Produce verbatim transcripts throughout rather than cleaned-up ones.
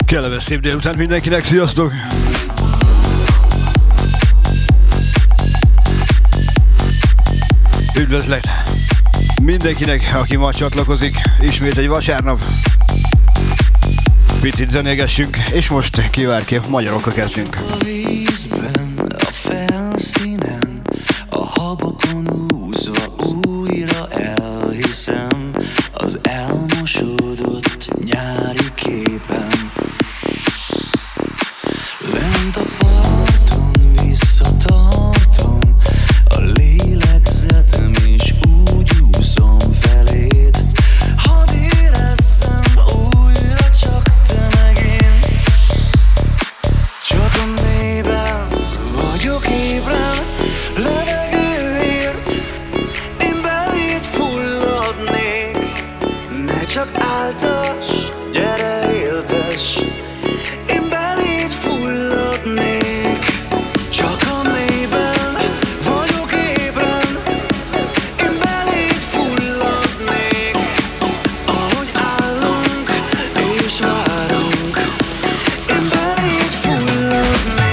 Kellemes szép délután mindenkinek, sziasztok! Üdvözlet mindenkinek, aki ma csatlakozik, ismét egy vasárnap. Picit zenégessünk, és most kivárképp magyarokkal kezdjünk. A vízben, a felszínen, a habokon úszva újra elhiszem az elmosódott nyári képen. Lent a parton visszatartom a lélegzetem, és úgy úszom feléd. Hadd érezzem újra csak te meg én. Csak a mélyben vagyok ébren, levegőért én beléd fulladnék. Ne csak áltass, gyere éltess, én beléd fulladnék. Csak a mélyben vagyok ébren, én beléd fulladnék. Ahogy állunk és várunk, én beléd fulladnék.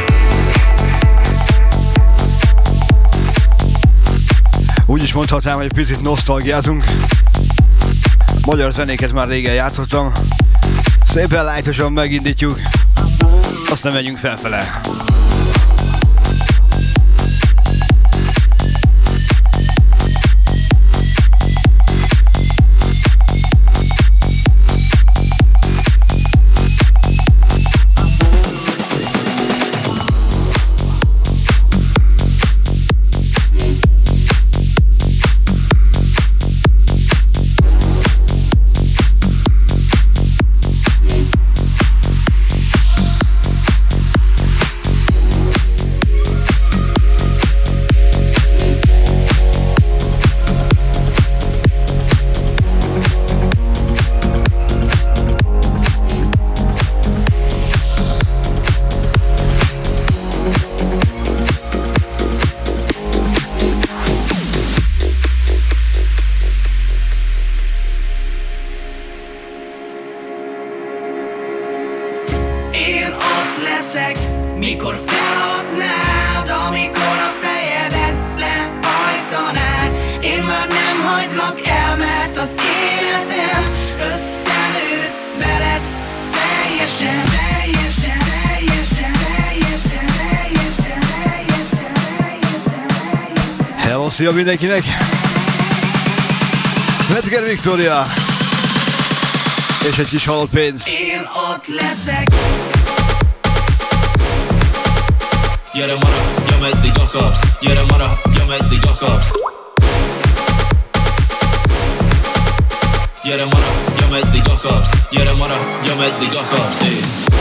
Úgy is mondhatnám, hogy egy picit nosztalgiázunk. Magyar zenéket már régen játszottam. Szépen lájtosan megindítjuk, aztán megyünk felfele. Én ott leszek, mikor feladnád, amikor a fejedet lehajtanád. Én már nem hagylak el, mert az életem összenőtt veled teljesen, teljesen, teljesen, teljesen, teljesen, teljesen, teljesen. Hello, szia mindenkinek! Medger Viktória! És egy kis halott pénz. Én ott leszek. Gyere maradj, ameddig akarsz. Gyere maradj, ameddig akarsz. Gyere maradj, ameddig akarsz. Gyere maradj, ameddig akarsz. Én.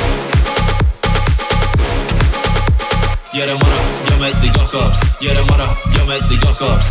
Gyere maradj, ameddig akarsz. Gyere maradj, ameddig akarsz.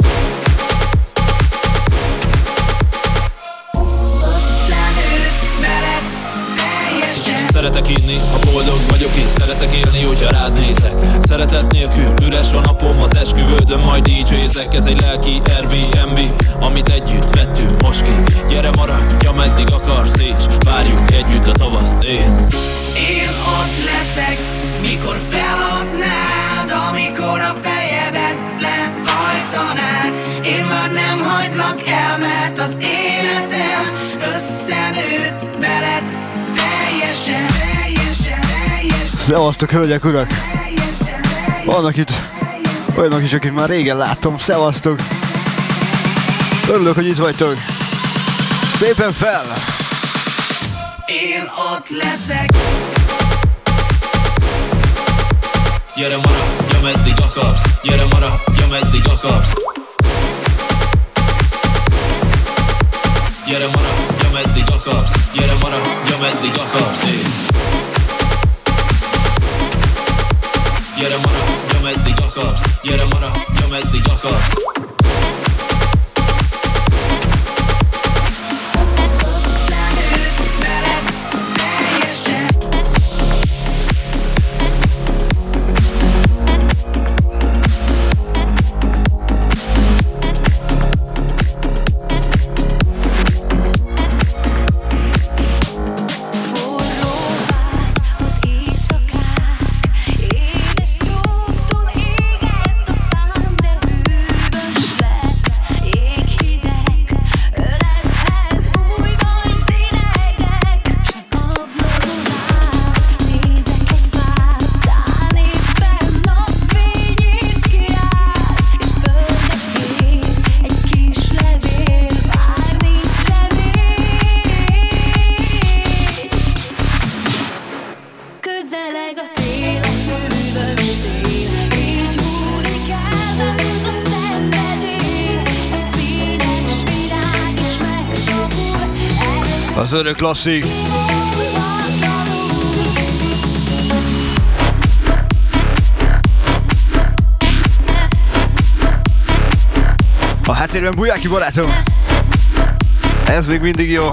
Szeretek inni, ha boldog vagyok és szeretek élni, hogyha rád nézek. Szeretet nélkül üres a napom, az esküvődön majd dé jézek. Ez egy lelki Airbnb, amit együtt vettünk most ki. Gyere maradj, ameddig akarsz, és várjuk együtt a tavaszt. Én Én ott leszek, mikor feladnád, amikor a fejedet lehajtanád. Én már nem hagylak el, mert az életem összenőtt veled teljesen, teljesen, teljesen. Szevasztok, hölgyek, urak! Vannak itt olyanok is, akit már régen láttam. Szevasztok! Örülök, hogy itt vagytok. Szépen fel! Én ott leszek. gyere maradj, ameddig akarsz. Gyere maradj, ameddig akarsz. Gyere maradj, ameddig akarsz. Gyere maradj, ameddig akarsz. Én. Gyere maradj, ameddig akarsz. Gyere maradj, ameddig akarsz. Az örök klasszik. A háttérben Bujáki barátom. Ez még mindig jó.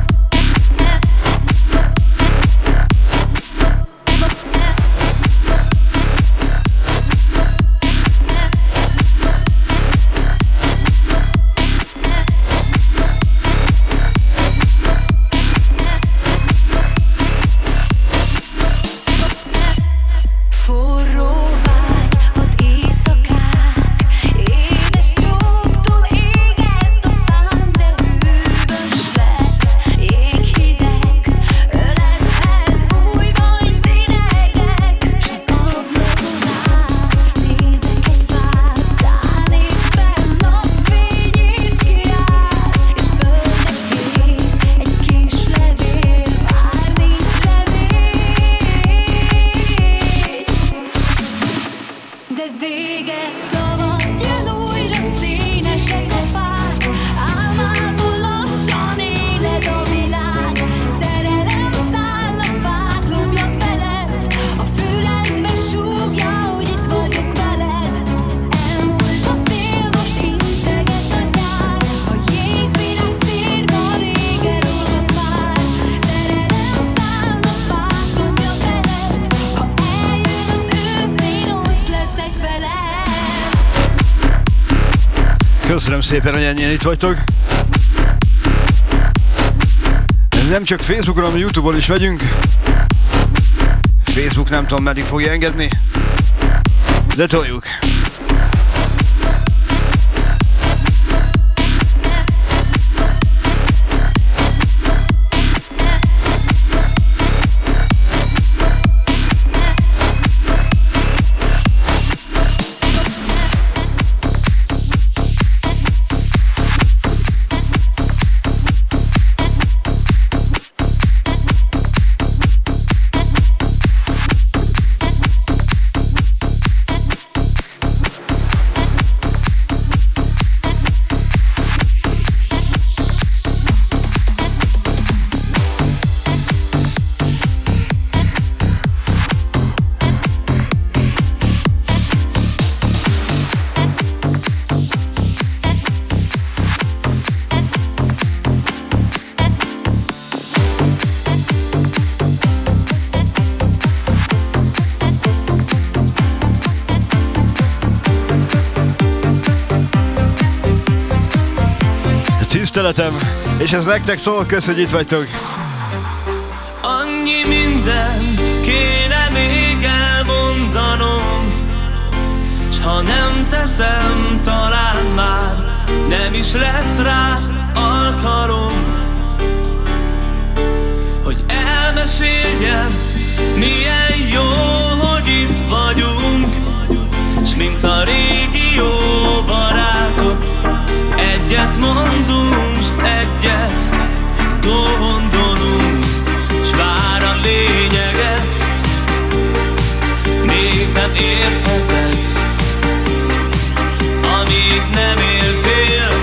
Köszönöm szépen, hogy ennyien itt vagytok. Nem csak Facebookon, hanem YouTube-on is megyünk. Facebook nem tudom, meddig fogja engedni, de toljuk. Tiszteletem, és ez nektek szól, kösz, hogy itt vagytok. Annyi mindent kéne még elmondanom, s ha nem teszem, talán már nem is lesz rá alkalom, hogy elmeséljem, milyen jó, hogy itt vagyunk, s mint a régi jó barátok, egyet mondunk, s egyet gondolunk, s bár a lényeget még nem értheted, amíg nem éltél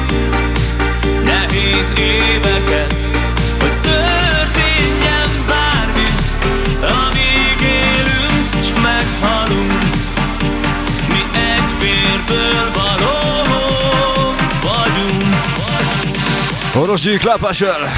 nehéz éveket, hogy történjen bármi, amíg élünk, s meghalunk, mi egy vérből való. Orosgyi Klápásel!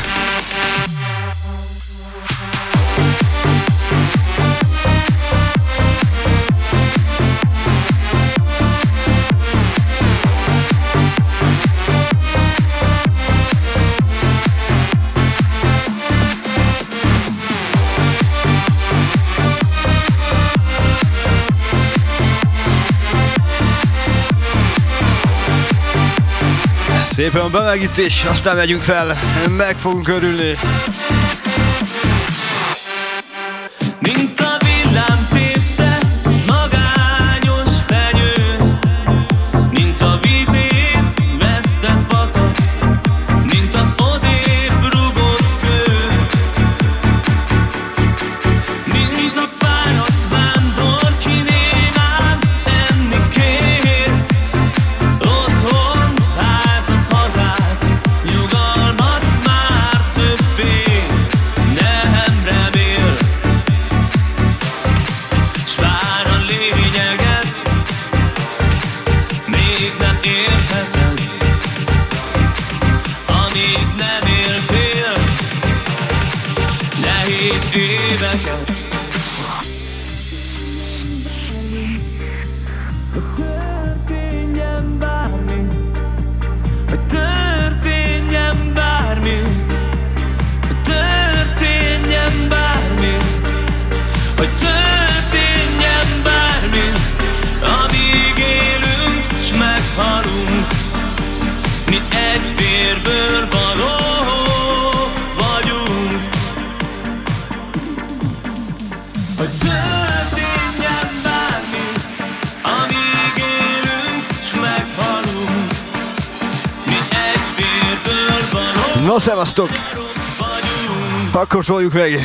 Szépen a bemelegítés, aztán megyünk fel, meg fogunk örülni. Mint a villám tépte magányos fenyő, mint a vízét vesztett patak, mint az odébb rugott kő, mint a fáradt vándor, ki némán enni kér, otthont, házat, hazát, nyugalmat már több értheted, amíg nem éltél nehéz éveket. Történjen bármi, hogy történjen bármi, hogy történjen bármi, hogy történjen bármi, amíg élünk s meghalunk, mi egy vérből valók vagyunk. Hogy történjen bármi, amíg élünk s meghalunk, mi egy vérből valók No, szevasztok! vagyunk. Akkor toljuk meg!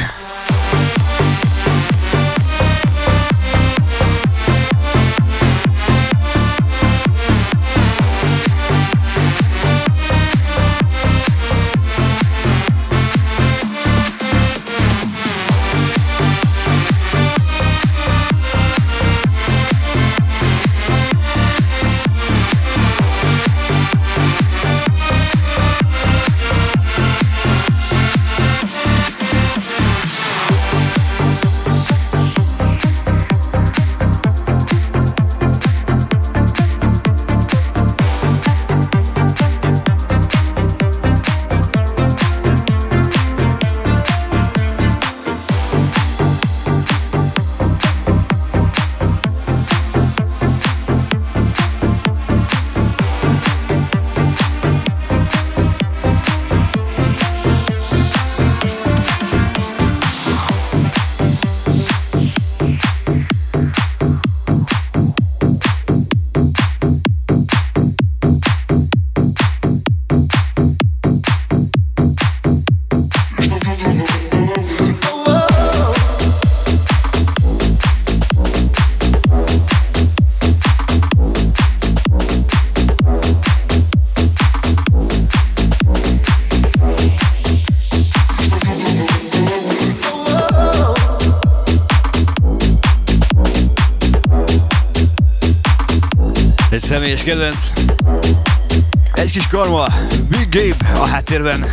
Személyes kedvenc. Egy kis karma, Big Gabe a háttérben.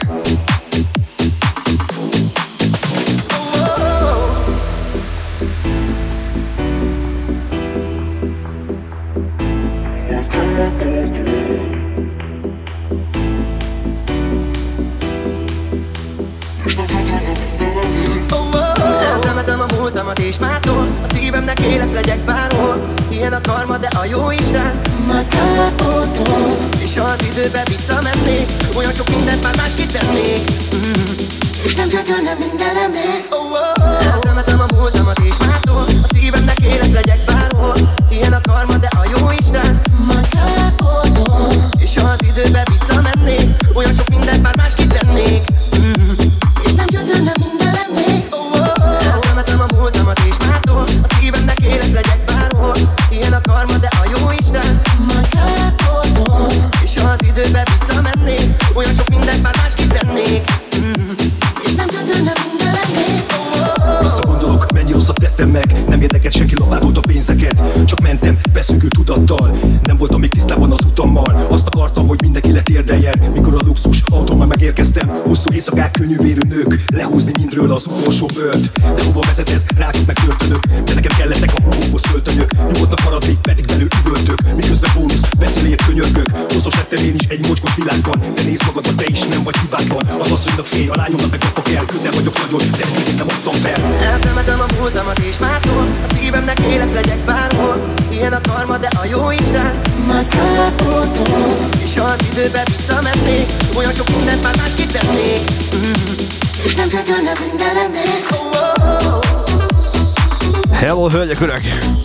Eltemetem a múltamat és mától, a szívemnek élek legyek bárhol. Ilyen a karma, de a jó Isten majd kárpótol. És ha az időbe visszamennék, olyan sok mindent már másképp tennék. mm. És nem gyötörne mindenem még. oh, oh. Eltemetem a múltamat és mától, a szívemnek élek legyek bárhol. Ilyen a karma, de a jó Isten majd kárpótol. És ha az időbe visszamennék, olyan sok mindent már másképp tennék. mm. És nem gyötörne mindenem még. oh, oh. Eltemetem a múltamat és mától, a szívemnek élek legyek bárhol. Ilyen a karma, de a jó Isten majd kárpótol. És ha az időbe visszamennék, olyan sok mindent már másképp tennék. mm. És nem gyötörne mindenem még. oh, oh. Visszagondolok, mennyi rosszat tettem meg. Nem érdekelt senki, lapátolt a pénzeket. Csak mentem, beszűkült tudattal. Nem voltam még tisztában az utammal. Azt akartam, hogy mindenki letérdeljen. Mikor a luxus autómmal megérkeztem, hosszú éjszakák, könnyűvérű nők, lehúzni mindről az utolsó bőrt. De hova vezet ez? Rákok meg börtönök. De nekem kellettek a húgóhoz öltönyök. Nyugodtak maradni, pedig belül üvöltök. Miközben bónusz, beszélért könyörgök. Hosszos lettem én is egy mocskos világban. De nézd magadba, te is nem vagy hibátlan. Az asszonynak félj, a lányomnak meg rakok el. Közel vagyok nagyon, de még nem adtam fel. Eltemetem a múltamat és mától, a szívemnek élek legyek bárhol. Ilyen a karma, de a jó Isten majd kárpótol. És ha az időbe visszamennék, olyan sok mindent már másképp tennék. mm. És nem gyötörne mindenem még. oh, oh, oh. Hello, hölgyek, urak!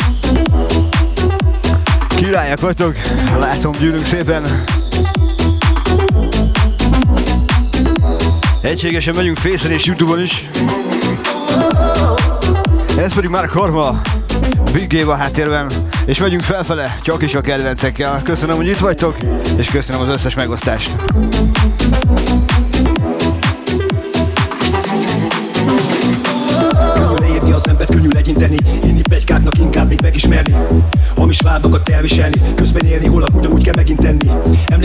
Királyak vagytok, látom, gyűlünk szépen. Egységesen megyünk Face-en és YouTube-on is. Ez pedig már a karma, Big Gabe a háttérben, és megyünk felfele, csak is a kedvencekkel. Köszönöm, hogy itt vagytok, és köszönöm az összes megosztást. Leírni az embert, könnyű legyinteni. Inni pletykáknak inkább még megismerni. Hamis vádakat elviselni, közben élni, holnap ugyanúgy kell megint tenni.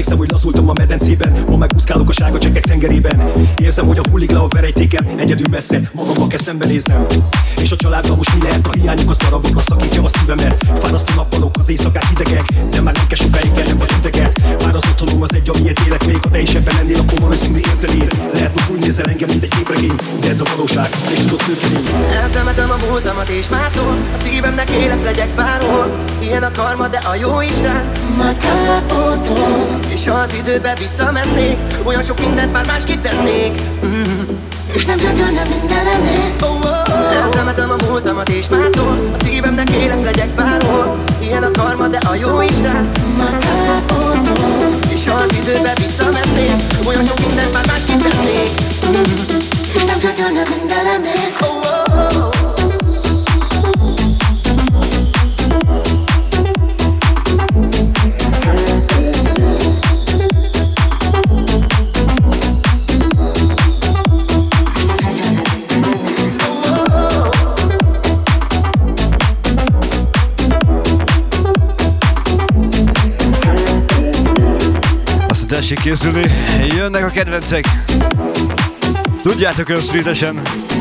Emlékszem, hogy lazultam a medencében, ma megúszkálok a sárga csekkek tengerében. Érzem, hogy a hullik le a verejtékem, egyedül messze, magamba kell szembenéznem. És a családdal most mi lehet, a hiányuk az darabokra szakítja a szívemet. Fárasztó nappalok, az éjszakák hidegek, de már nem kell sokáig kellem az ideget. Már az otthonom az egy, amiért élek még, ha te is ebben lennél, akkor valószínű értenéd. Lehet, hogy úgy nézel engem, mint egy képregény, de ez a valóság, és tudod főkemény. Eltemetem a múltamat és mától, a szívemnek élek legyek bárhol. Ilyen a karma, de a jó Isten majd kárpótol. És ha az időbe visszamennék, olyan sok mindent már másképp tennék. mm. És nem gyötörne minden lennék. oh, oh, oh. Eltemetem a múltamat és mától, a szívemnek élek legyek bárhol. Ilyen a karma, de a jó Isten majd kárpótol. És ha az időbe visszamennék, olyan sok mindent már másképp tennék. mm. És nem gyötörne minden lennék. oh, oh, oh. Tessék készülni, jönnek a kedvencek. Tudjátok önstreetesen.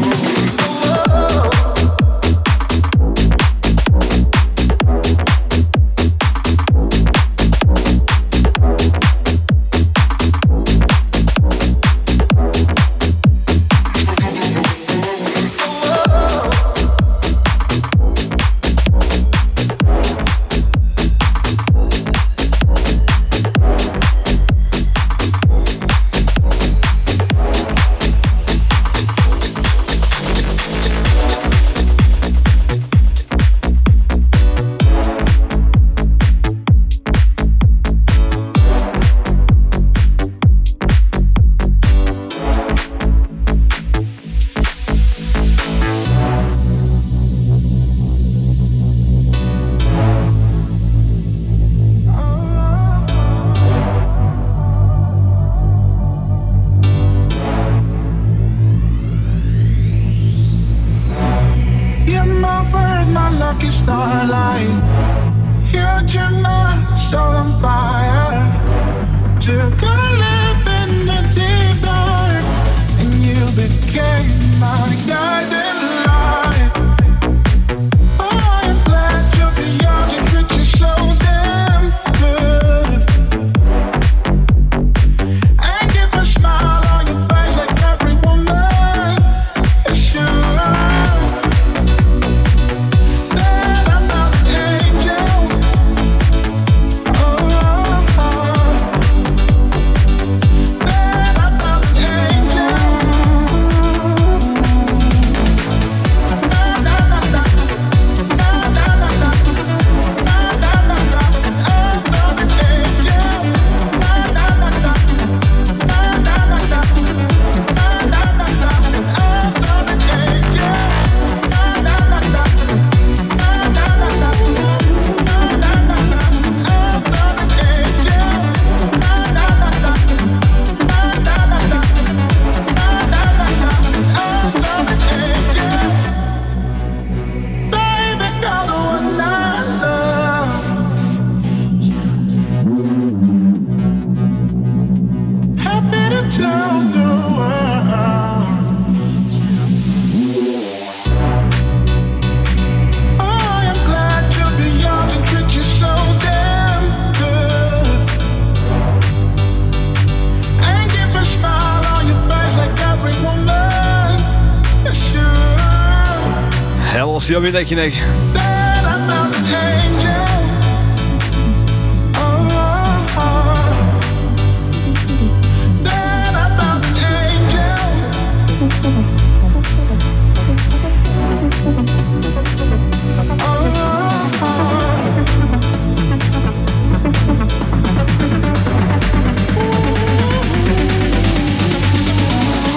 Szia mindenkinek!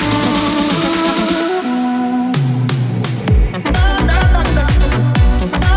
Bye.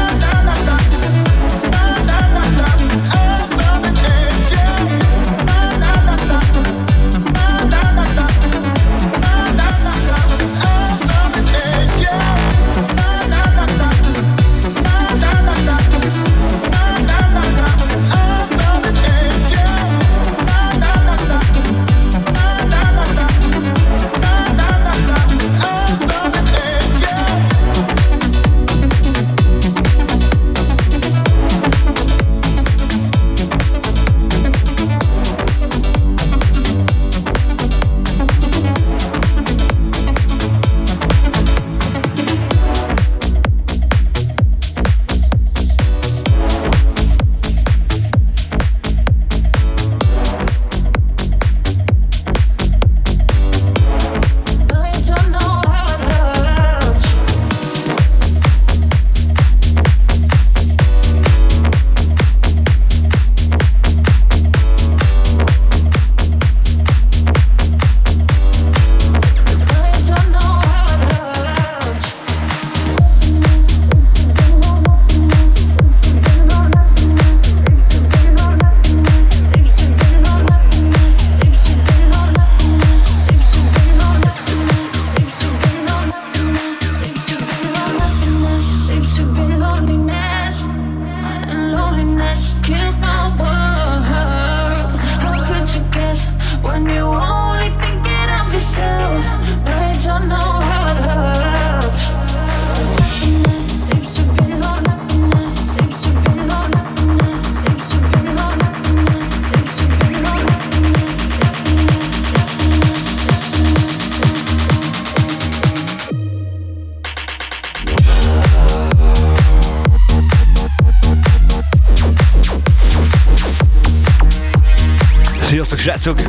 Sziasztok, srácok!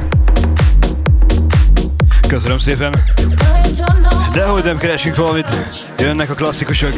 Köszönöm szépen! Dehogy nem keresünk valamit, jönnek a klasszikusok.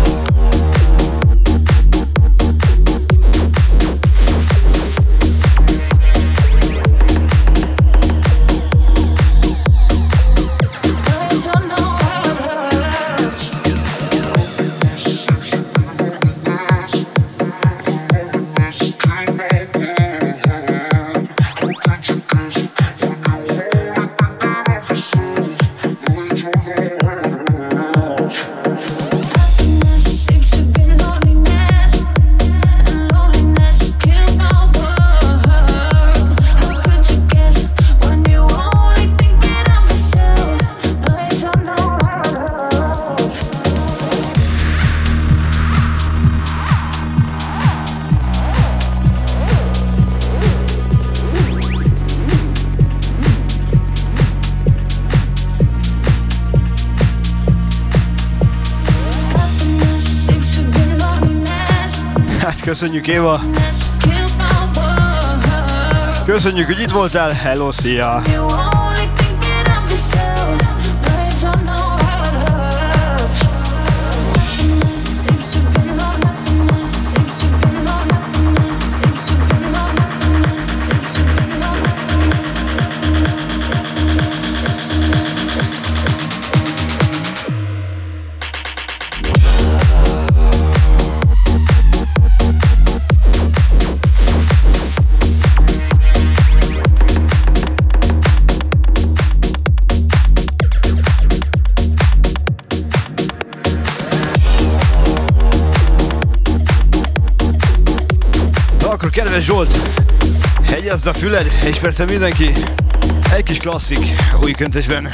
Köszönjük, Éva! Köszönjük, hogy itt voltál! Hello, szia! Kedves Zsolt, hegyezd a füled, és persze mindenki, egy kis klasszik új köntösben.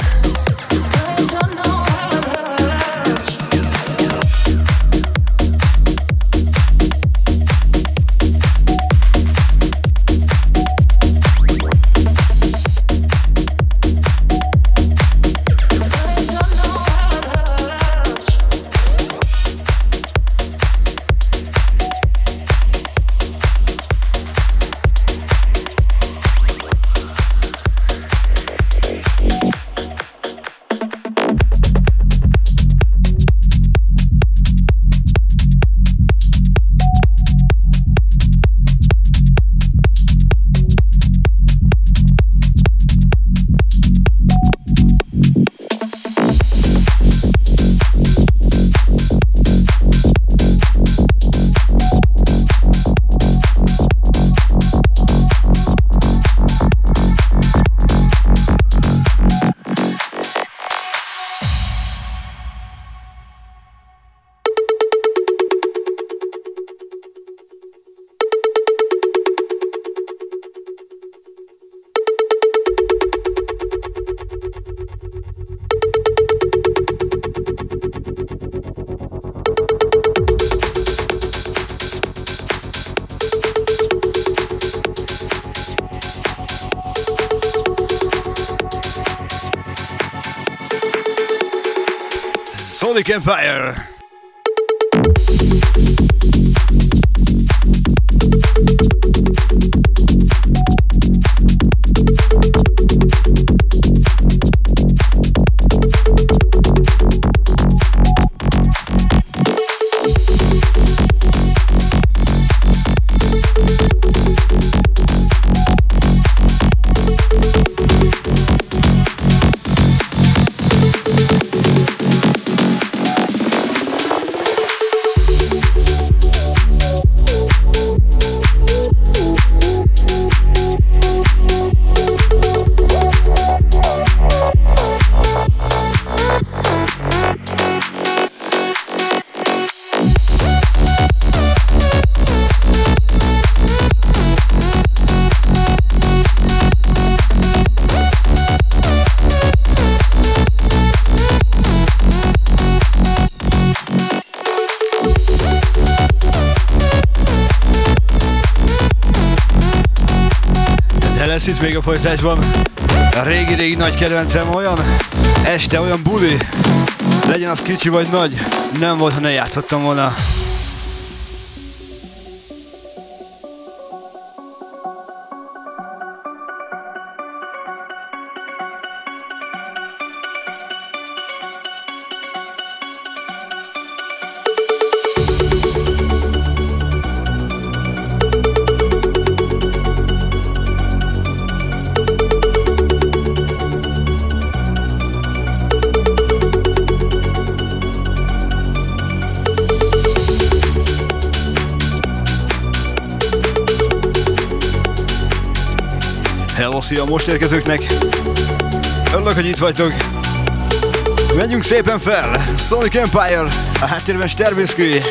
Sonic Empire. Lesz itt még a folytatásban. A régi-régi nagy kedvencem olyan este, olyan buli, legyen az kicsi vagy nagy, nem volt, ha ne játszottam volna. Hello, szia most érkezőknek! Örülök, hogy itt vagytok! Menjünk szépen fel! Sonic Empire, a háttérben Sterbinsky.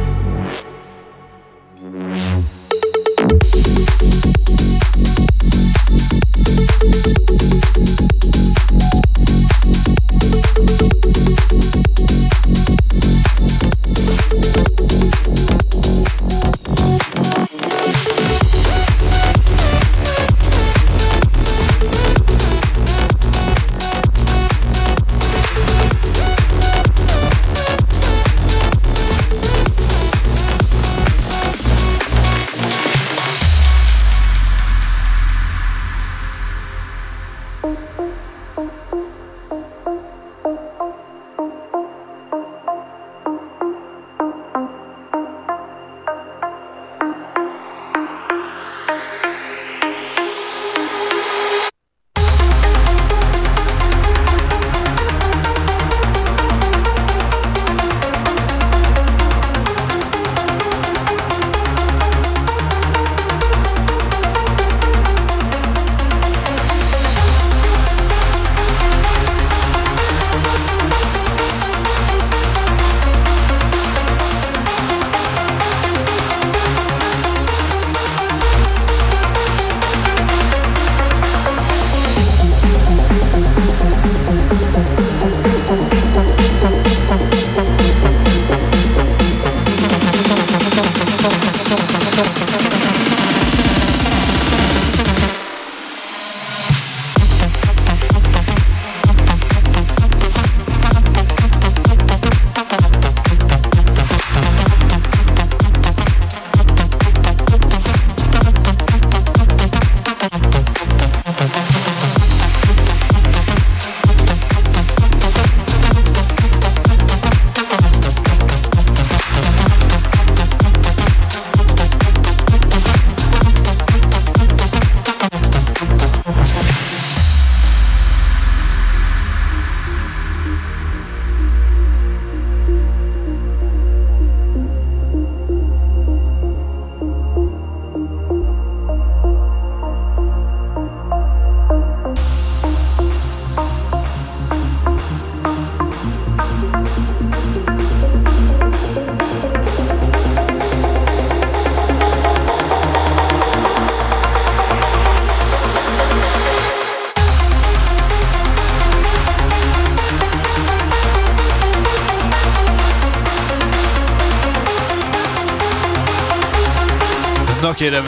Na kérem.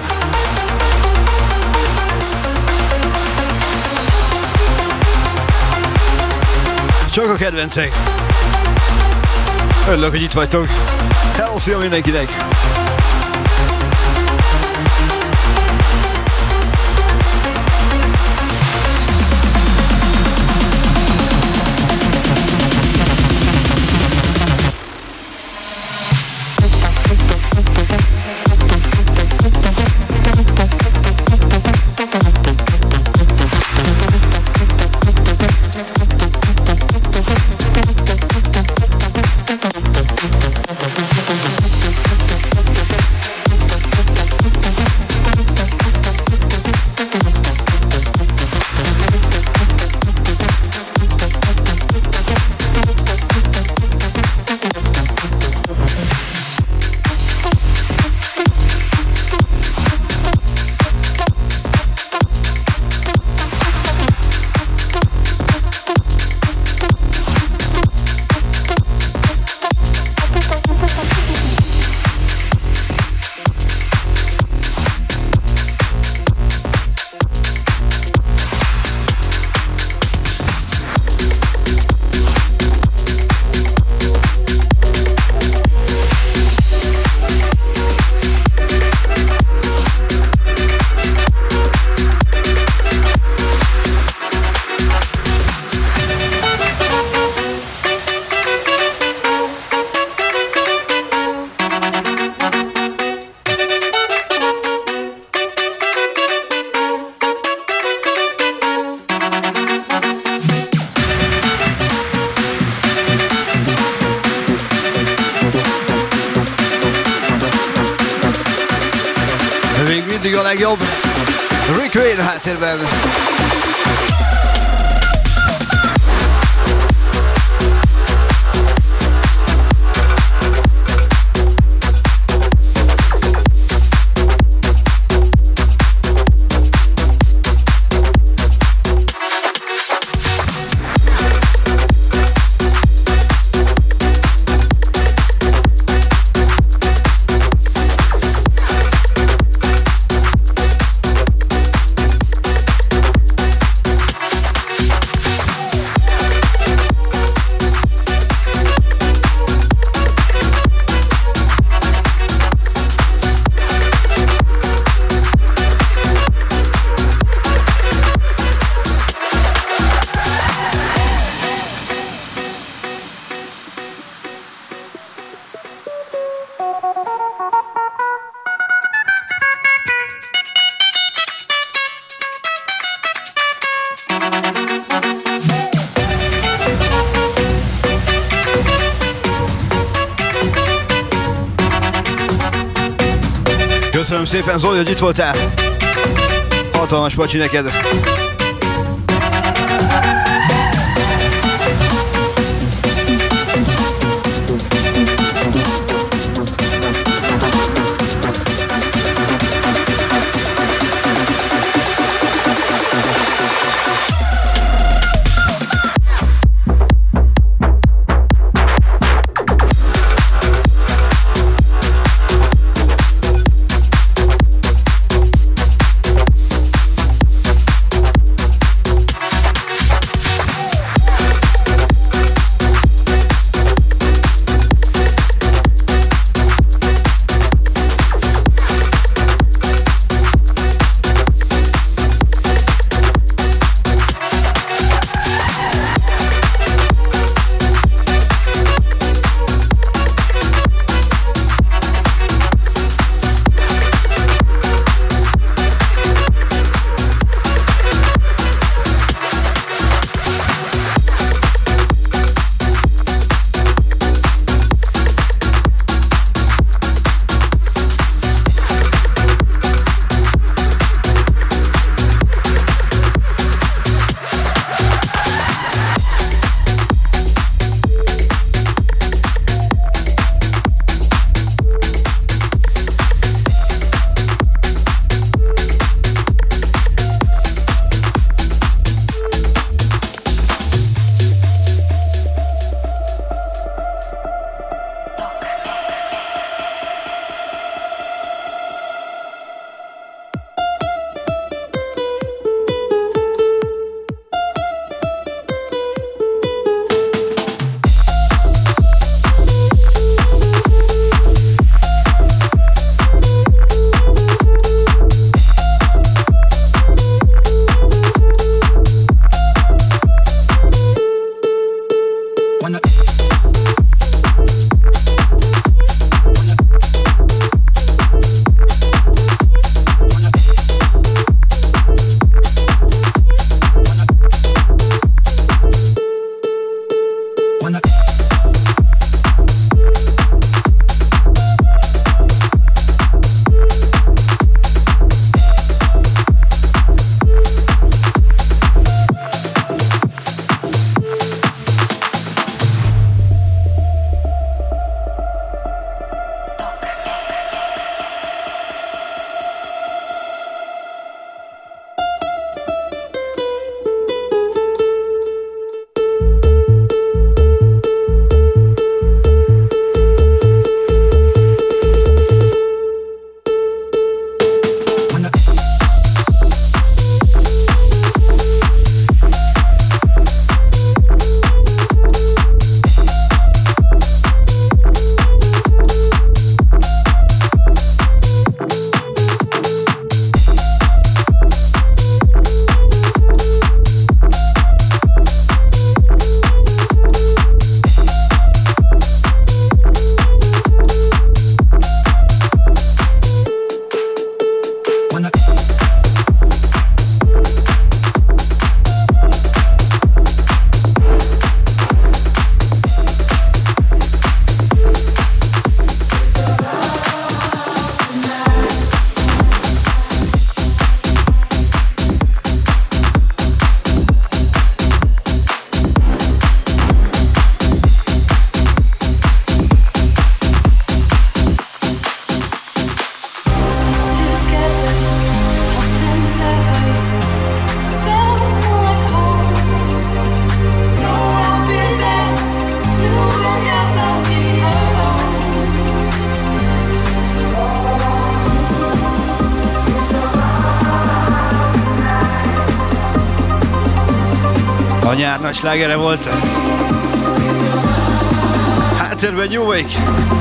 Csak a kedvencek. Örülök, hogy itt vagytok. Hello, szia mindenkinek. Queen a háttérben. Köszönöm szépen, Zoli, hogy itt voltál. Hatalmas pacsi neked. A nyár nagy slágere volt. Háttérben New Wake.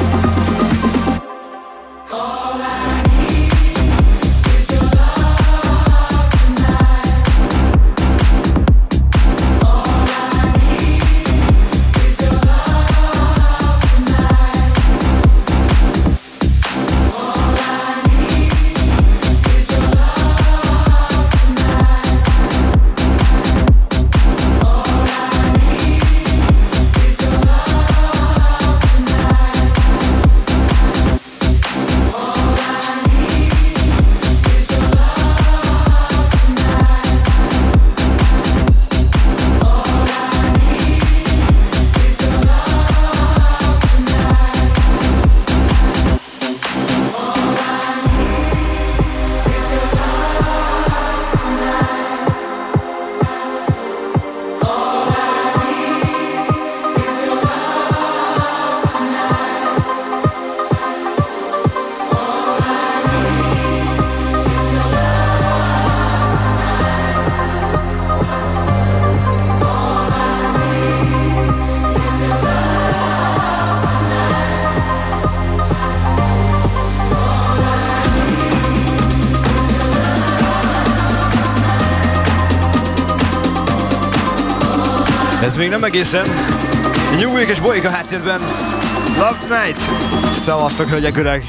Ez még nem egészen. New Wake-es bolyik a háttérben. Love Night. Szavaztok, hölgyek, öreg.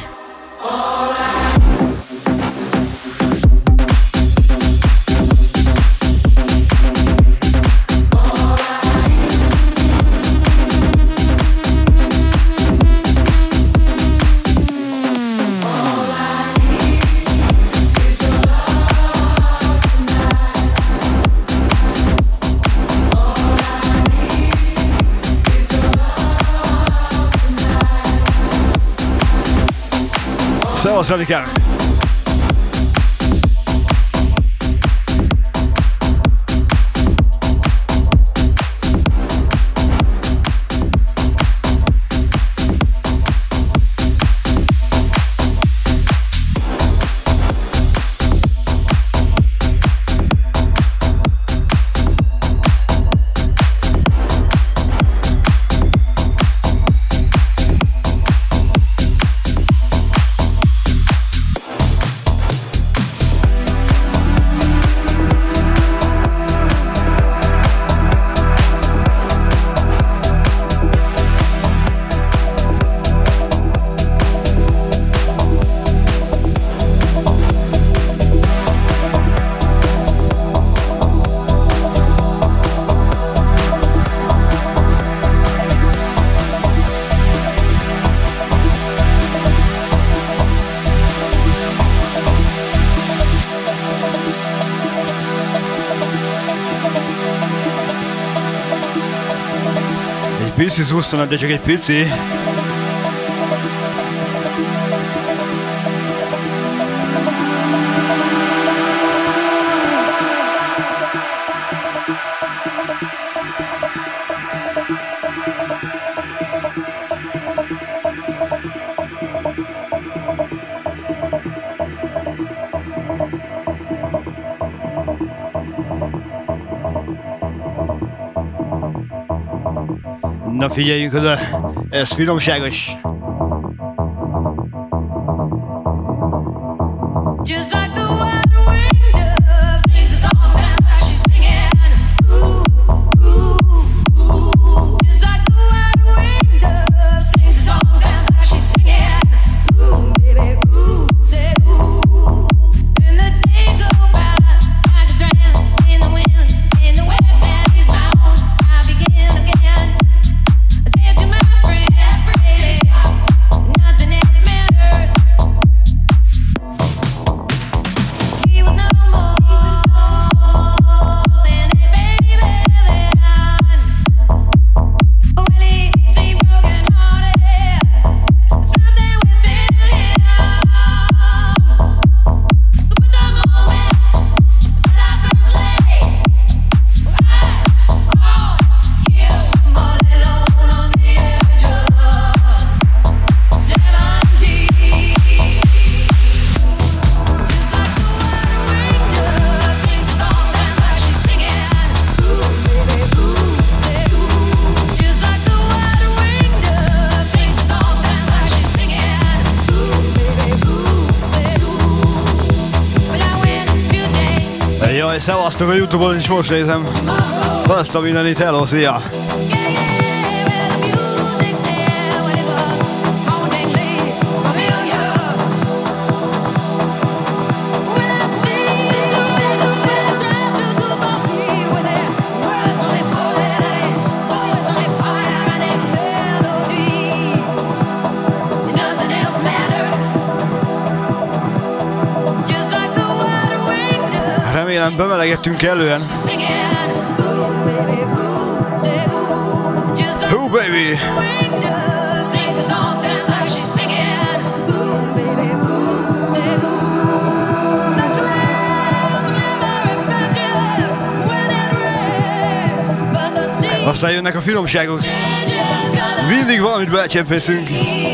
Szevasz, Alikám! Pici zusztanak, de csak egy pici. Na figyeljünk oda, ez finomságos. Every day Jaj, szevasztok a YouTube-on is, most nézem. Azt a mindenit, hello, szia! Remélem bemelegettünk elően. Oh baby! Aztán jönnek a finomságok. Mindig valamit belecsempészünk.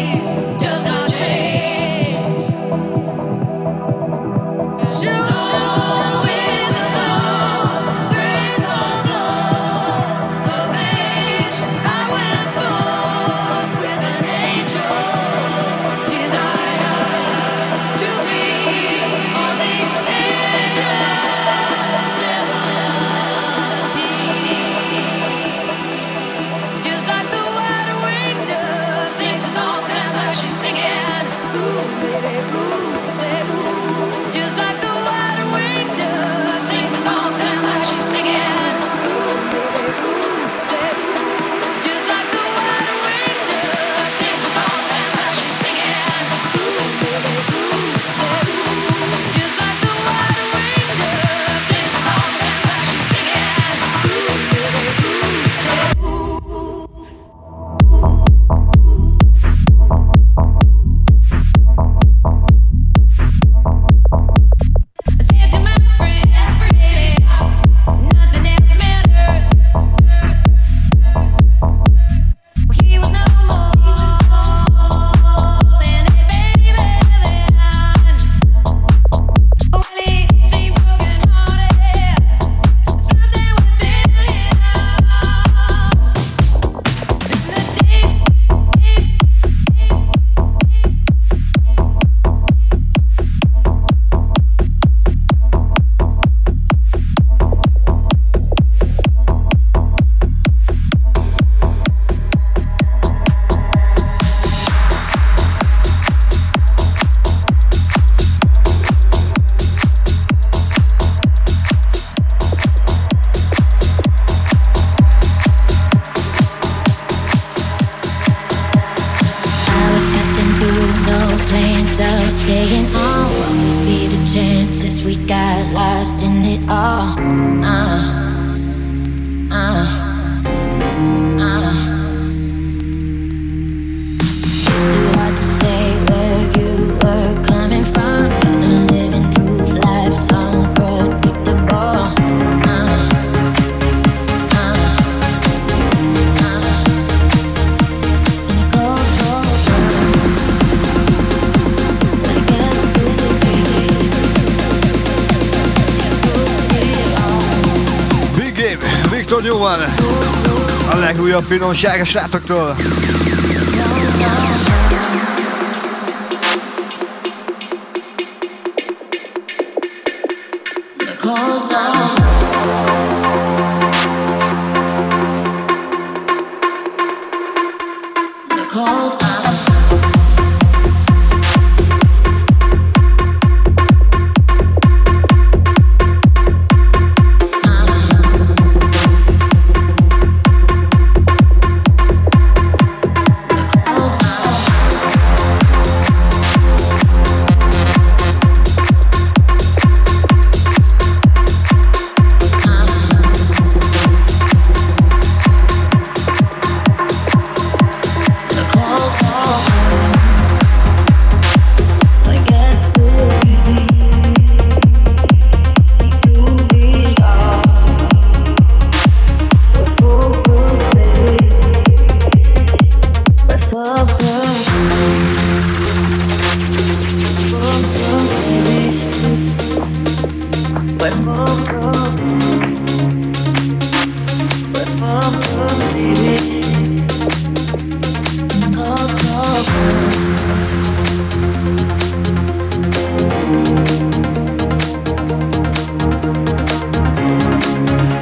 A legújabb finomság a srácoktól.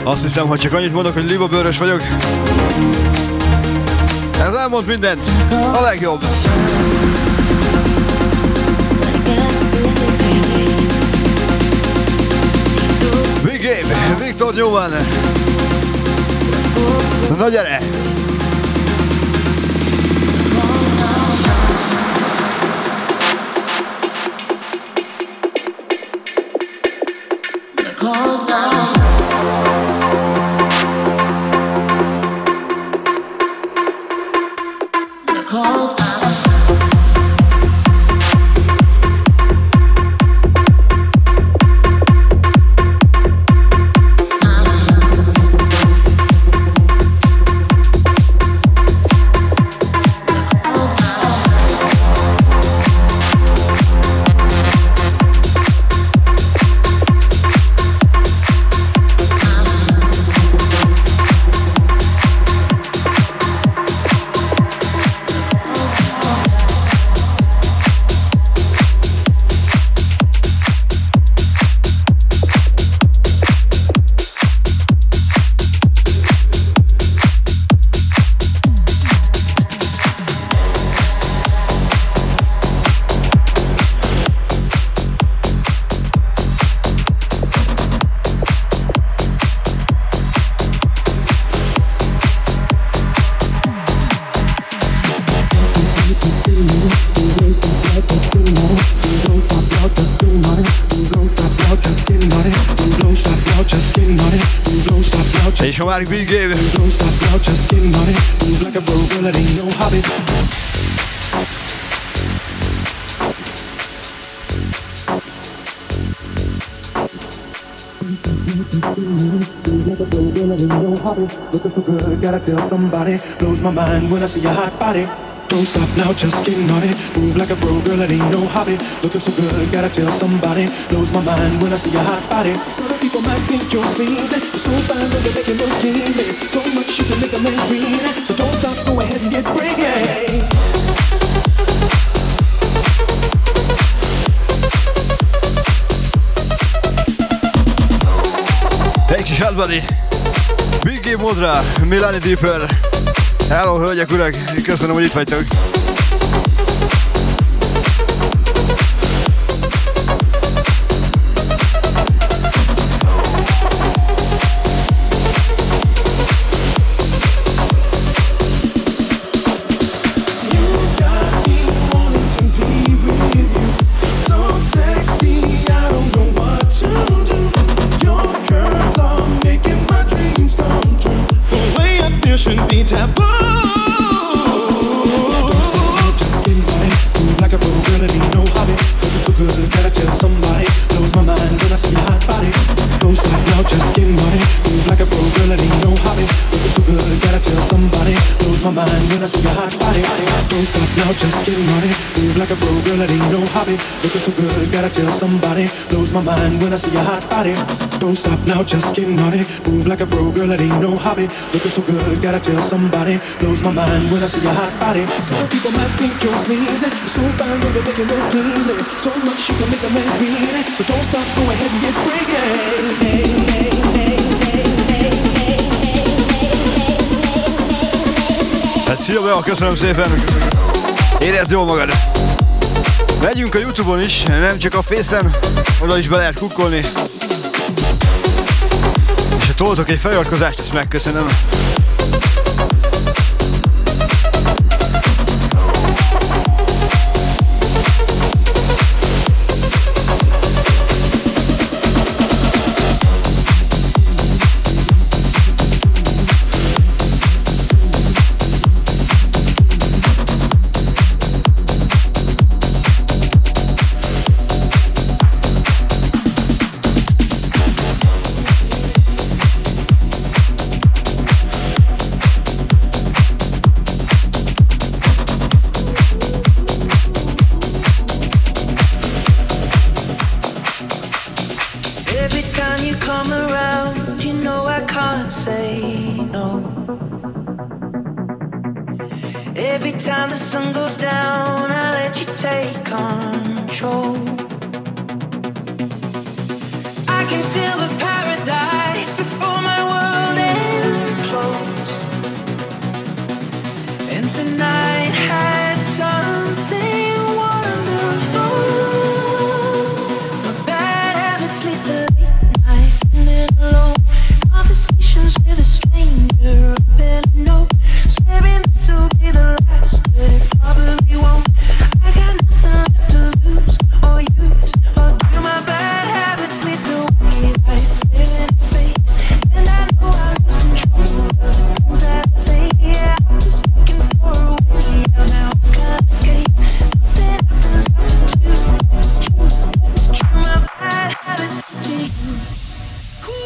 Azt hiszem, hogy csak annyit mondok, hogy libabőrös vagyok. Ez elmond mindent. A legjobb. Big Game, Viktor Newman. Na gyere! És ha már Big Game. Gotta tell somebody, blows my mind when I see your hot body. Don't stop now, just getting on it. Move like a pro, girl, it ain't no hobby. Looking so good, gotta tell somebody. Blows my mind when I see your hot body. Some people might think you're sleazy. You're so fine when you're making look easy. So much you can make a man breathe. So don't stop, go ahead and get freaky. Egy kis hátbadi. Big Game módra, Milani Deeper. Hello, hölgyek, urak! Köszönöm, hogy itt vagytok. Shouldn't be taboo. Don't stop, just getting on it. Move like a pro, girl, it ain't no hobby. Looking so good, gotta tell somebody. Blows my mind when I see your hot body. Don't stop now, just getting on it. Move like a pro, girl, it ain't no hobby. Looking so good, gotta tell somebody. Blows my mind when I see your hot body. Don't stop now, just getting on it. Move like a pro, girl, it ain't no hobby. Looking so good, gotta tell somebody. Blows my mind when I see your hot body. Don't stop now, just getting on it. Move like a pro, girl, it ain't no hobby. Looking so good, gotta tell somebody. Blows my mind when I see your hot body. Some people might think you're sleazy. You're so fine when you're making look easy. So much you can make a man read. So don't stop, go ahead and get freaky. Hey, hey, hey, hey, hey. Hát szia Bea, köszönöm szépen! Érezd jól magad! Megyünk a YouTube-on is, nem csak a Face-en, oda is be lehet kukkolni. És ha toltok egy feliratkozást, ezt megköszönöm. I can feel the paradise before my world.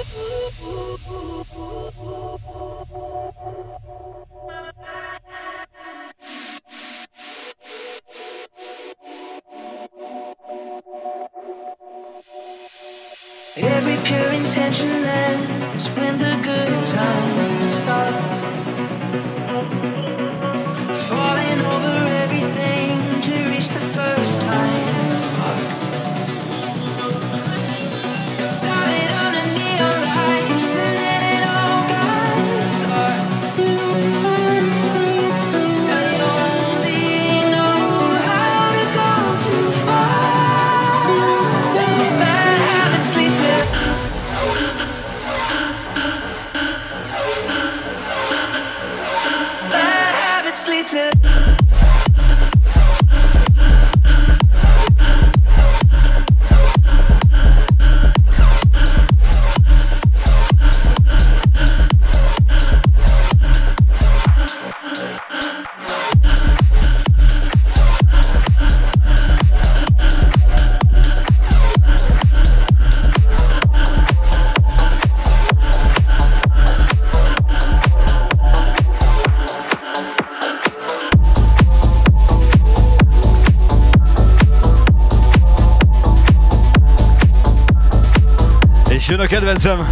Every pure intention ends when the good times start. Falling over everything to reach the first time spark. Started on a neon light and let it all got dark. I only know how to go too far. Bad habits lead to Bad habits lead to jön a kedvencem!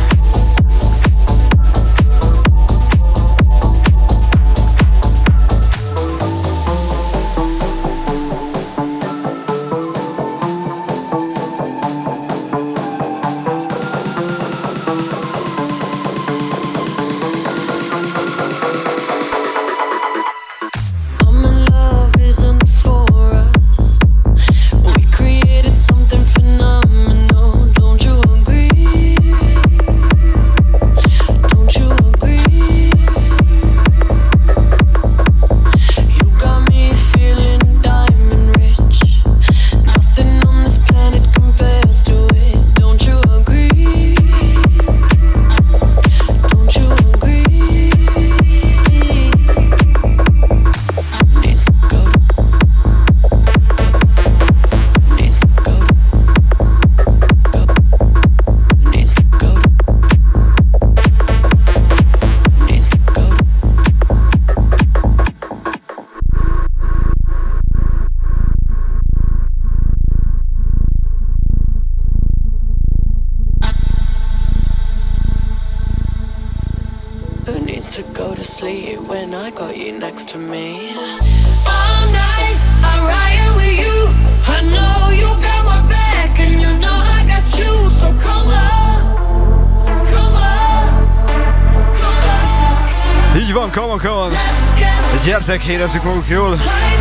To go to sleep when I got you next to me. All night I riot with you. I know you got my back and you know I got you. So come on, come on, come on. Így van, come on, come on. Gyertek, érezzük maguk jól.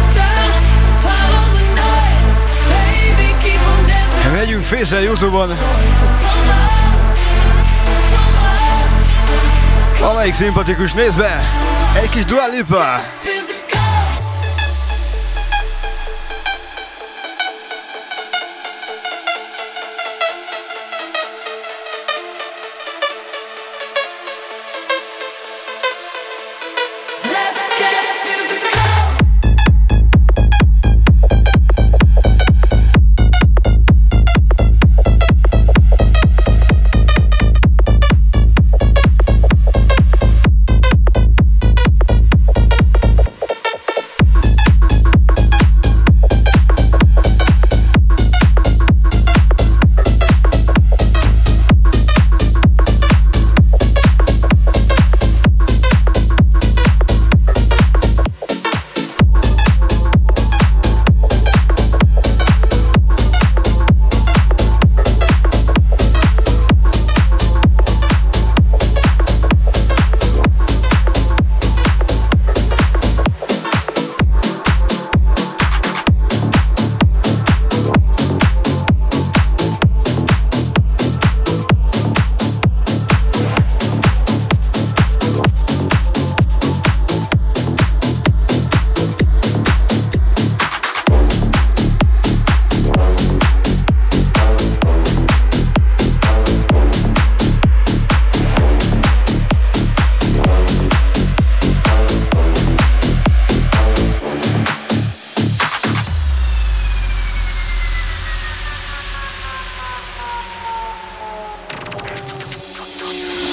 Megyünk Face-el YouTube-on. Amelyik szimpatikus, nézd be! Egy kis Dua Lipa!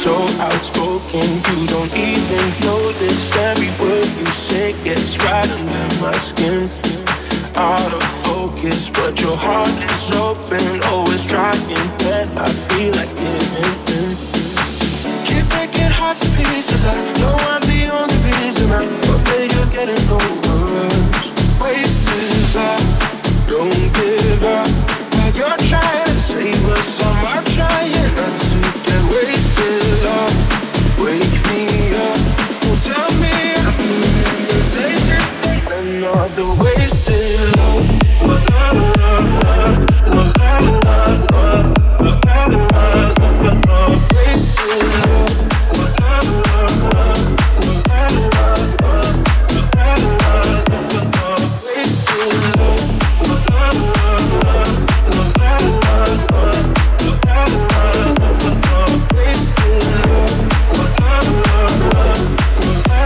so outspoken. You don't even notice every word you say gets right under my skin. Out of focus, but your heart is open. Always trying, but I feel like giving in. Keep breaking hearts to pieces. I know I'm the only reason I'm afraid you're getting over. Wasted love, don't give up. While you're trying to save us, I'm trying not to get wasted love. Wake me up, don't tell me I'm gonna say this ain't another wasted love. La la la la la la la la la la la. Wasted love. La la la la la la la la la la la. Wasted love. La la la la la la la la la la. Wasted love. La la la la la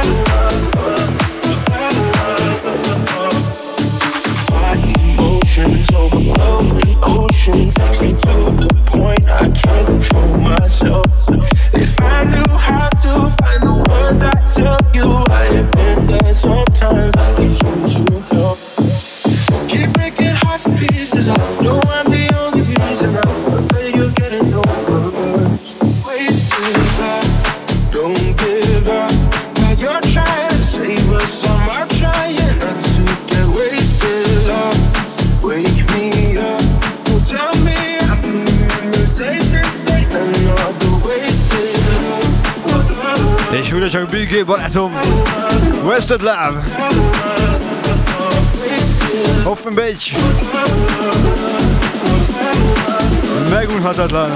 la la la. My emotions overflowing oceans takes me to the point I can't control myself. If I knew how to find the words I tell you, I have been there sometimes. I could use your help. Keep breaking hearts to pieces. I know I'm the only reason I'm afraid you're getting over. Wasted love, don't give up. While you're trying to save us, I'm trying not to get wasted love. Wake me up, don't tell me I'm gonna say this ain't another wasted love. És újra csak bé gé barátom, Wasted Love, Offenbach, megunhatatlan.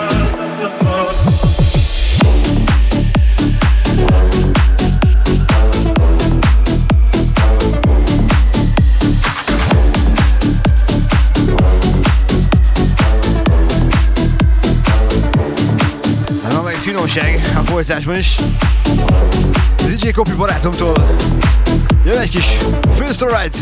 Finomság a folytásban is. dé dzsé Kopi barátomtól jön egy kis Feels Alright.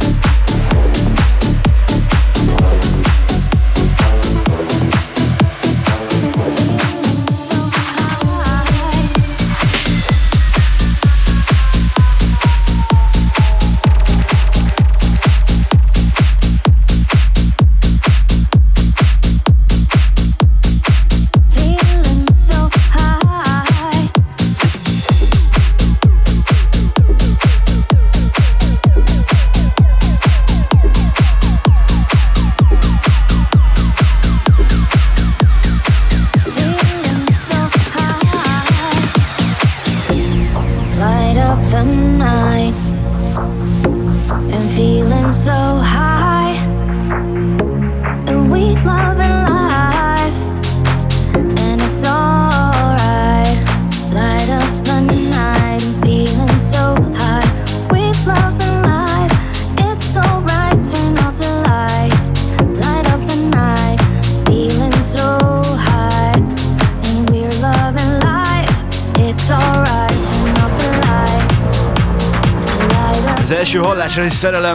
Első hallásra is szerelem.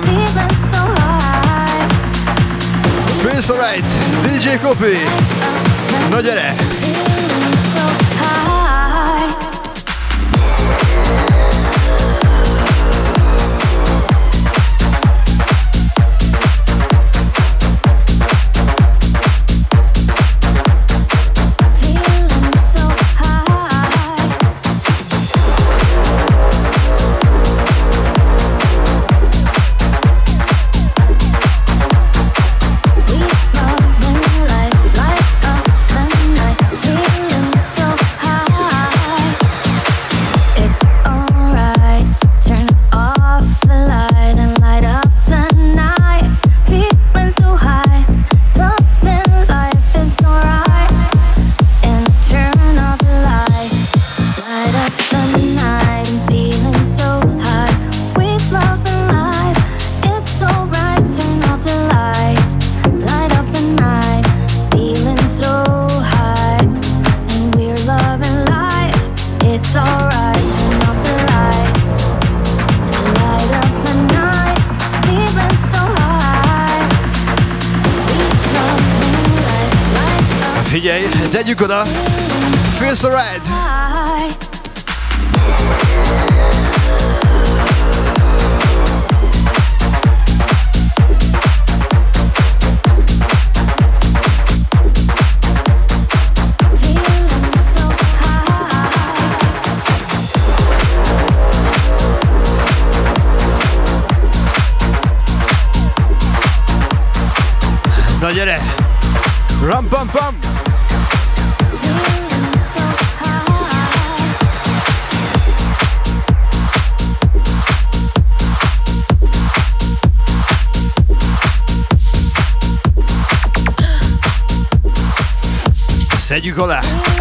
Feels Alright, dé dzsé Kopi. Na gyere! Tegyük oda, feels so right. Na gyere! Ram pam pam! Szedjük alá!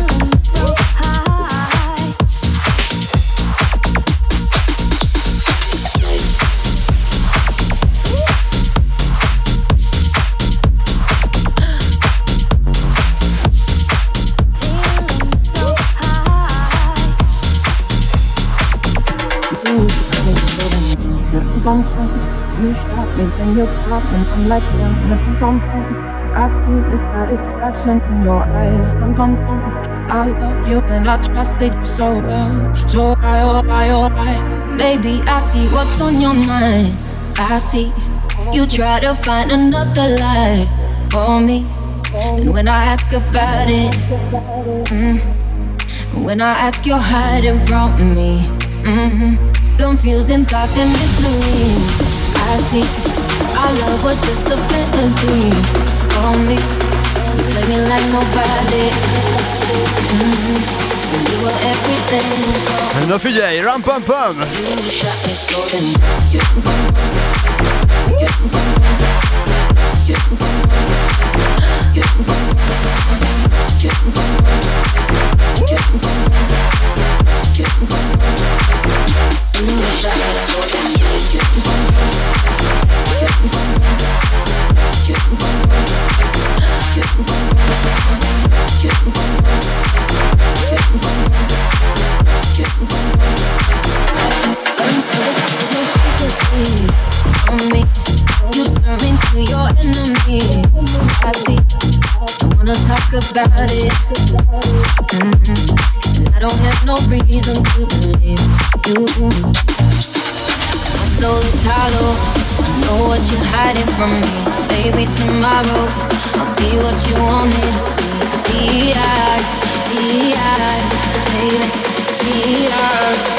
You stop me, then you stop me. I'm like them, nothing from I see the satisfaction in your eyes. Come, come, come. I love you and I trusted you so well. So I, oh, I, oh, I. Baby, I see what's on your mind. I see you try to find another lie for me. And when I ask about it, mm, when I ask, you're hiding from me. Mm-hmm. Confusing thoughts and misery. I see our love was just a fantasy for me. You play me like nobody. Mm-hmm. You were everything for me. Na figyelj, ram pam pam! You shot me so then you bum you bum you bum you bum you bum you bum you bum you shot me so then you bum you bum you bum you bum you bum you bum on me, you turn me to your enemy. I see, I wanna talk about it. Mm-hmm. Cause I don't have no reason to believe you. My soul is hollow, I know what you're hiding from me. Baby, tomorrow, I'll see what you want me to see. E-I, E-I, baby, E-I.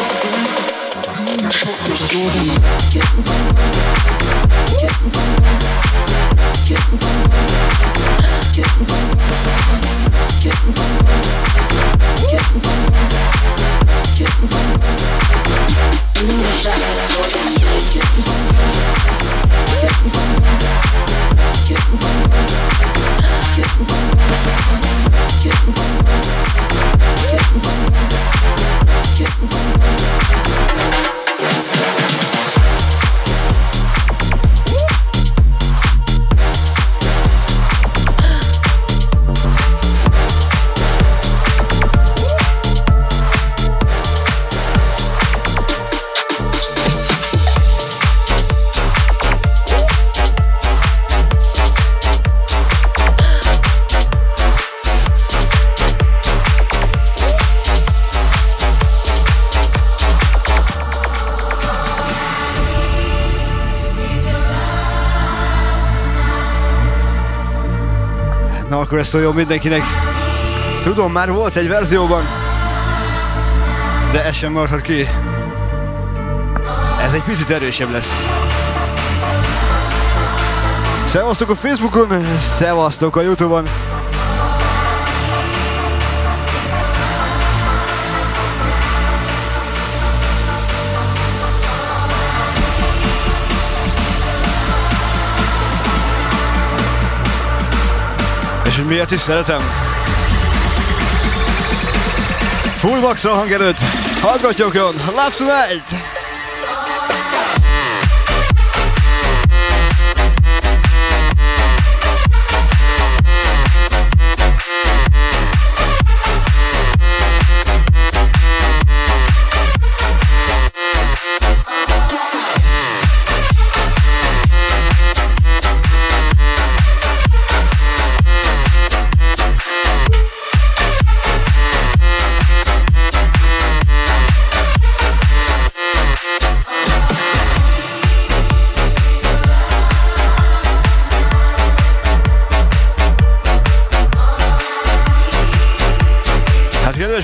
Na akkor ez szóljon mindenkinek. Tudom, már volt egy verzióban, de ez sem maradhat ki. Ez egy picit erősebb lesz. Szevasztok a Facebookon, szevasztok a YouTube-on. És hogy miért is szeretem? Full max a hangerőt, hallgatjokon, Love Tonight!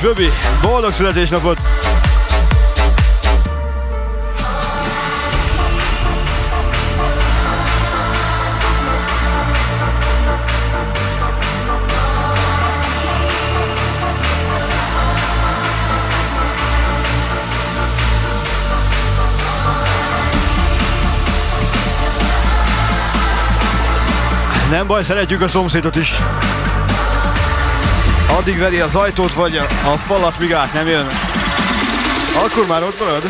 Böbi, boldog születésnapot! Nem baj, szeretjük a szomszédot is. Addig veri az ajtót vagy a, a falat, míg át nem jön. Akkor már ott marad.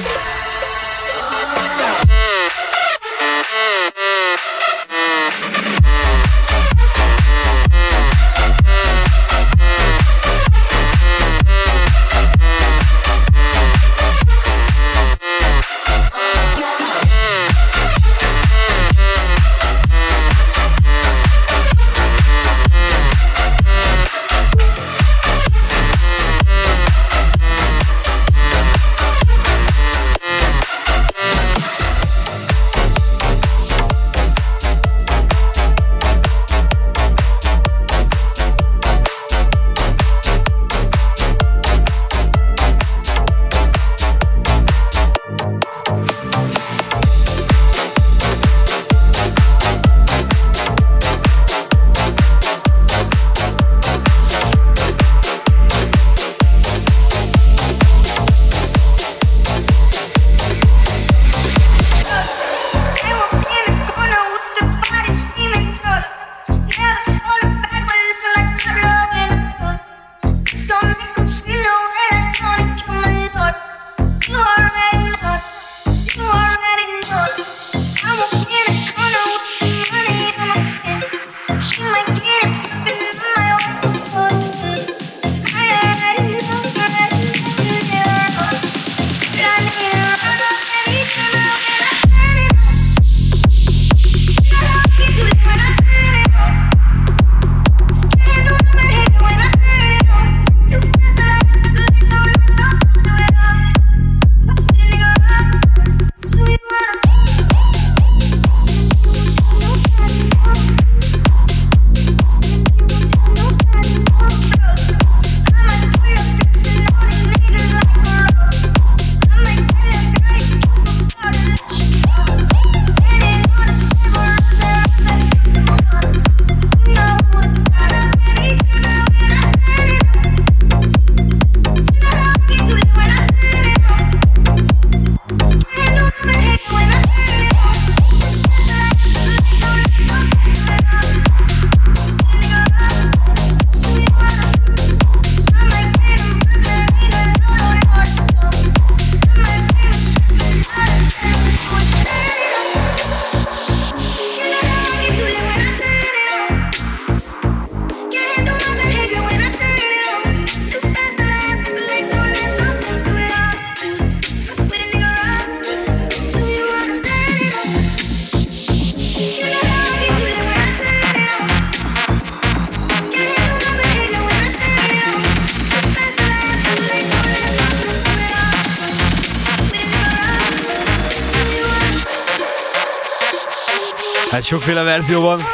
Hát sokféle verzió van.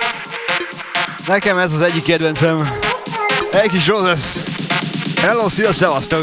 Nekem ez az egyik kedvencem. Egy kis Roses. Hello, szia, szevasztok!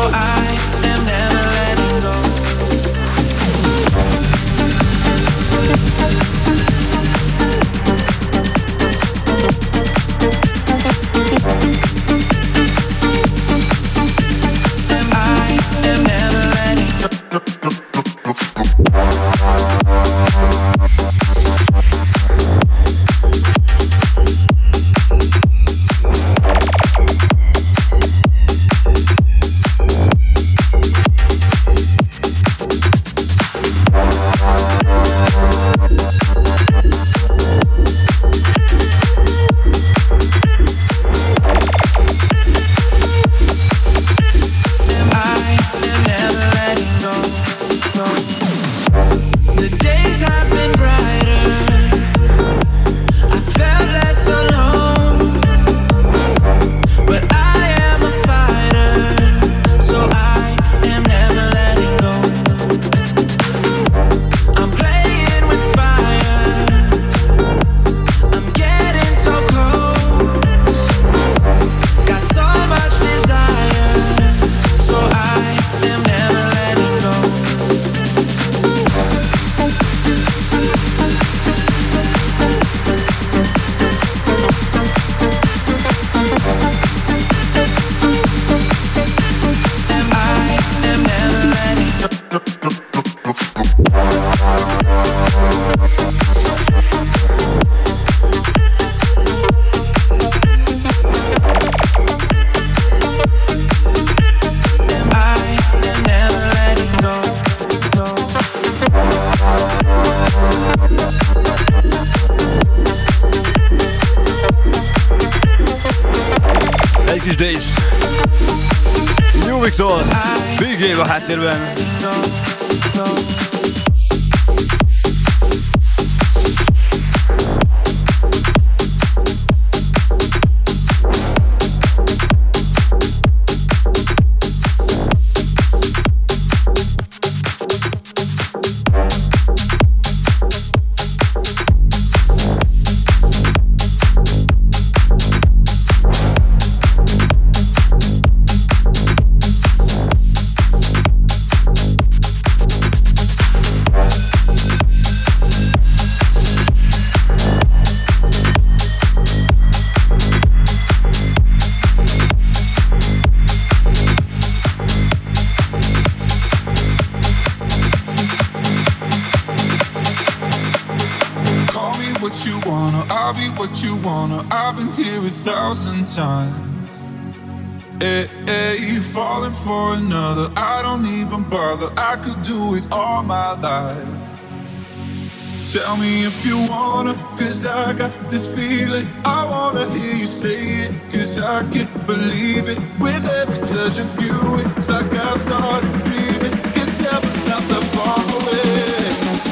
I am never letting go. Hey, hey, falling for another, I don't even bother. I could do it all my life. Tell me if you wanna, cause I got this feeling. I wanna hear you say it, cause I can't believe it. With every touch of you, it's like I've started dreaming. Cause heaven's not that far away.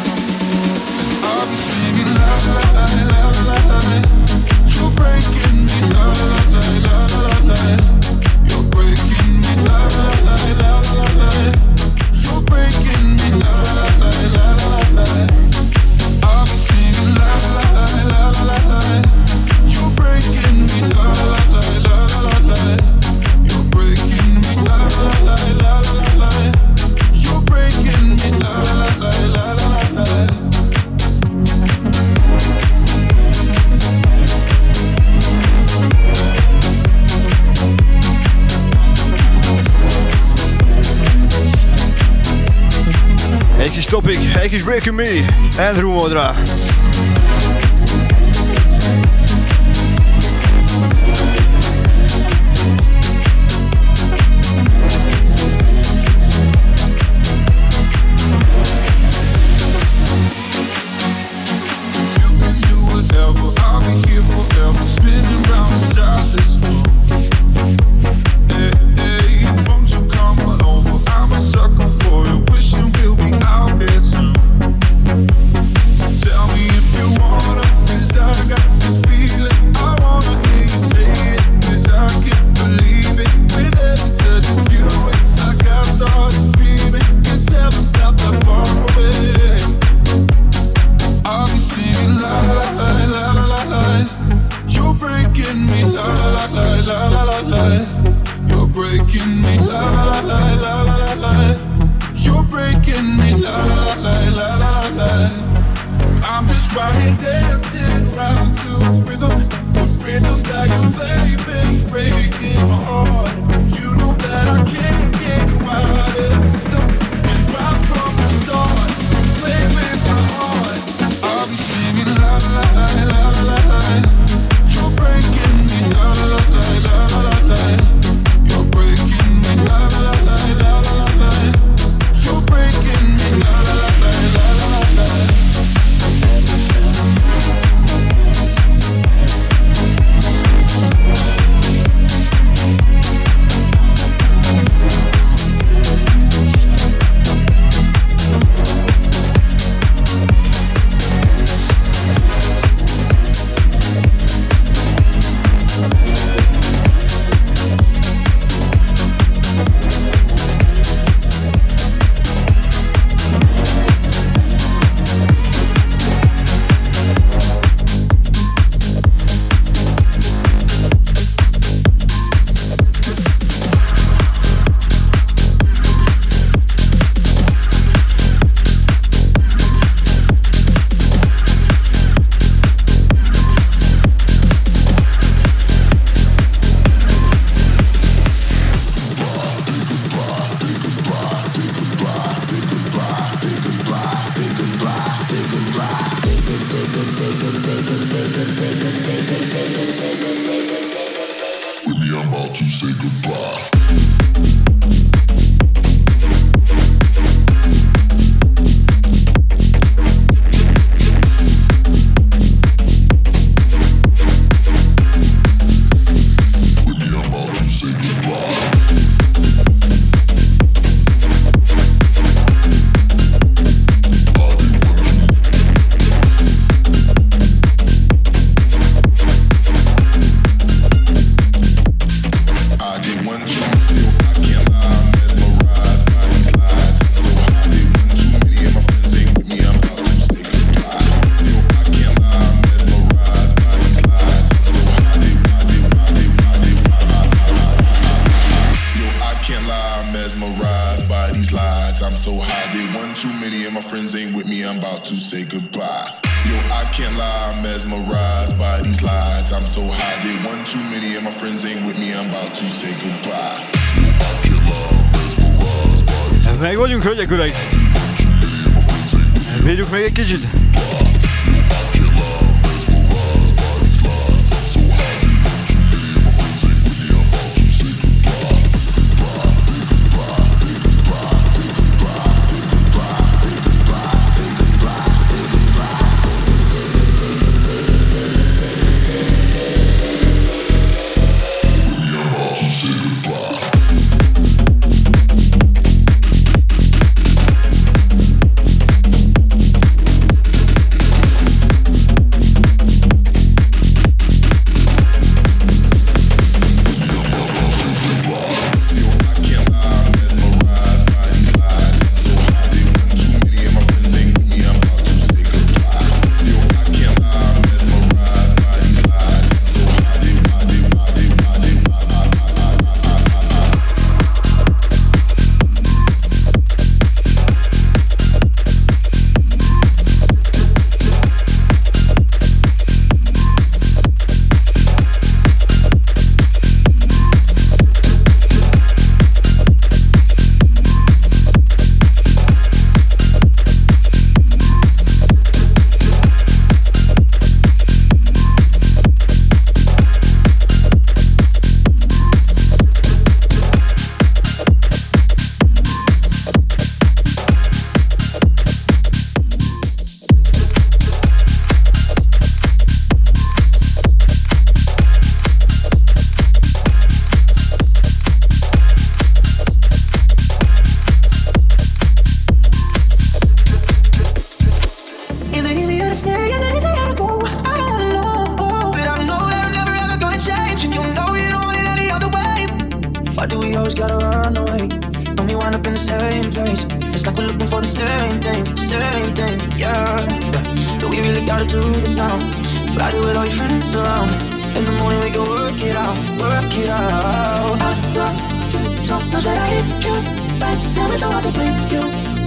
I'll be singing la la la la la la la. You're breaking me la la la la la la la. You're breaking me la la la la la la. You're breaking me la la la la la la. I'll be singing la la la la la la. You're breaking me la la la la la la. You're breaking me la la la la la la. You're breaking me la la la la la la. Egy kis Topic, egy kis Breaking Me, Andrew módra. Tell me if right dancing around to the rhythm, the rhythm that you play, baby, breaking my heart. You know that I can't get you out of the system. And right from the start, you play with my heart. I'll be singing la la la la la la. You're breaking me la la la la la la la. You're breaking me la la la la la la la. You're breaking me la la la la la la la. Meg vagyunk, hölgyek, ureg! Vérjük meg egy kicsit!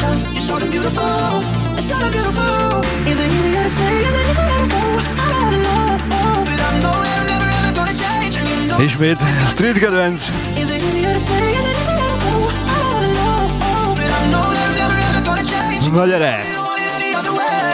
'cause you're sort of beautiful. It's sort of beautiful. Is it easier to stay or is it easier to go? I don't wanna know, but I know that I'm never ever gonna change. And you know Ismét street kedvenc. is it easier to stay or is it easier to go? I don't wanna know, but I know that I'm never ever gonna change. Na gyere! You don't want it any other way.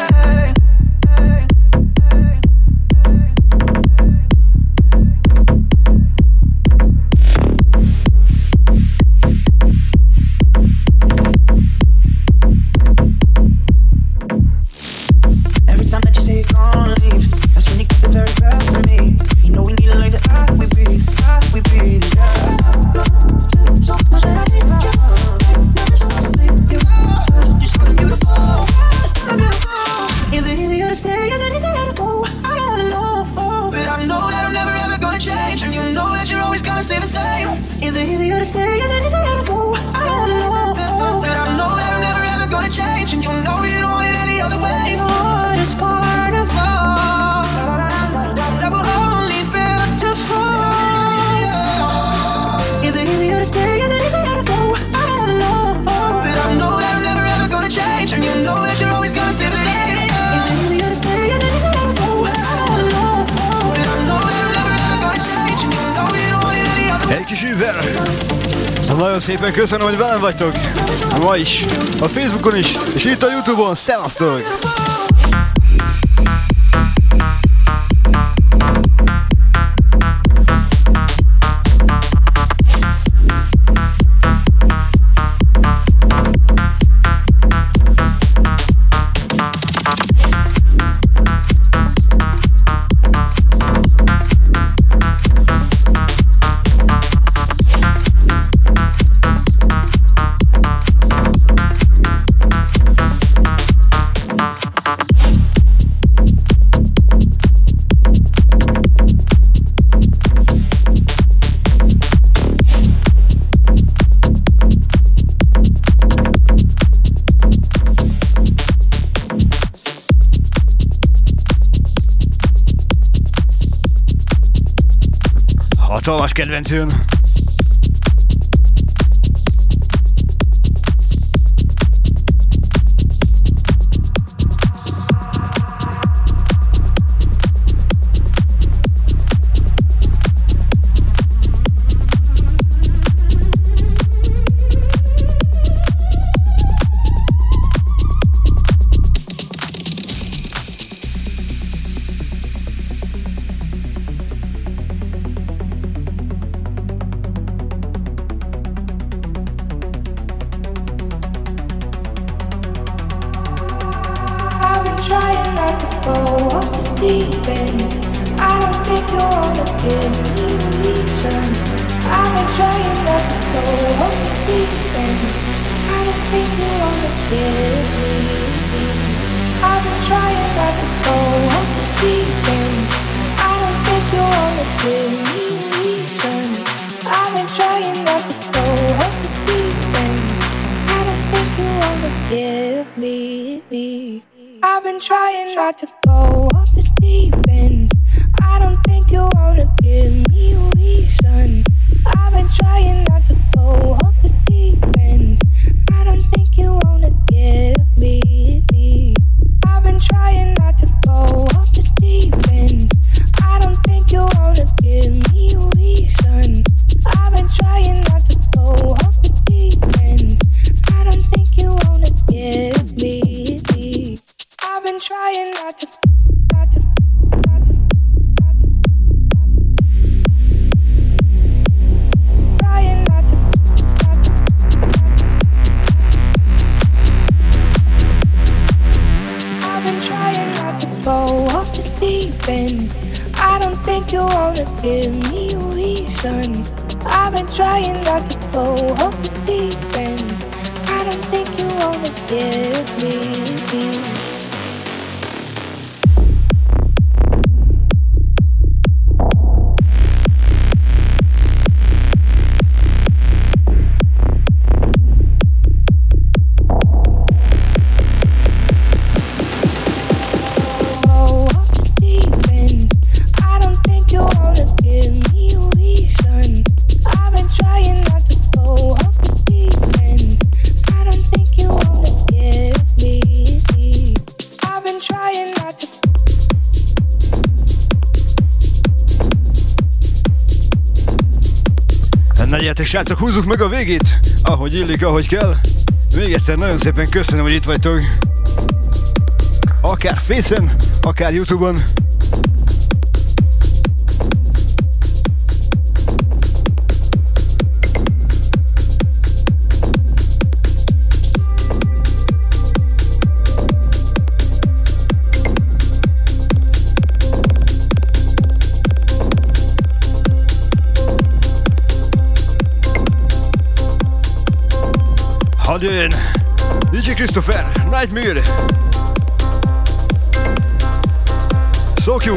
Nagyon szépen köszönöm, hogy velem vagytok ma is, a Facebookon is, és itt a YouTube-on. Szevasztok! Hatalmas kedvenc jön. I've been trying not to go off the deep end. I don't think you wanna Figyeljetek srácok, húzzuk meg a végét, ahogy illik, ahogy kell. Még egyszer nagyon szépen köszönöm, hogy itt vagytok. Akár Face-en, akár YouTube-on. Hadd jöjjön! dé dzsé Christopher, Nightmare! Szokjuk!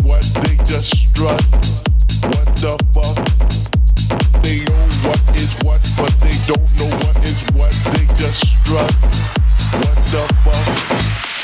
strut. What the fuck? They own what is what. know what is what. They just strut. What the fuck?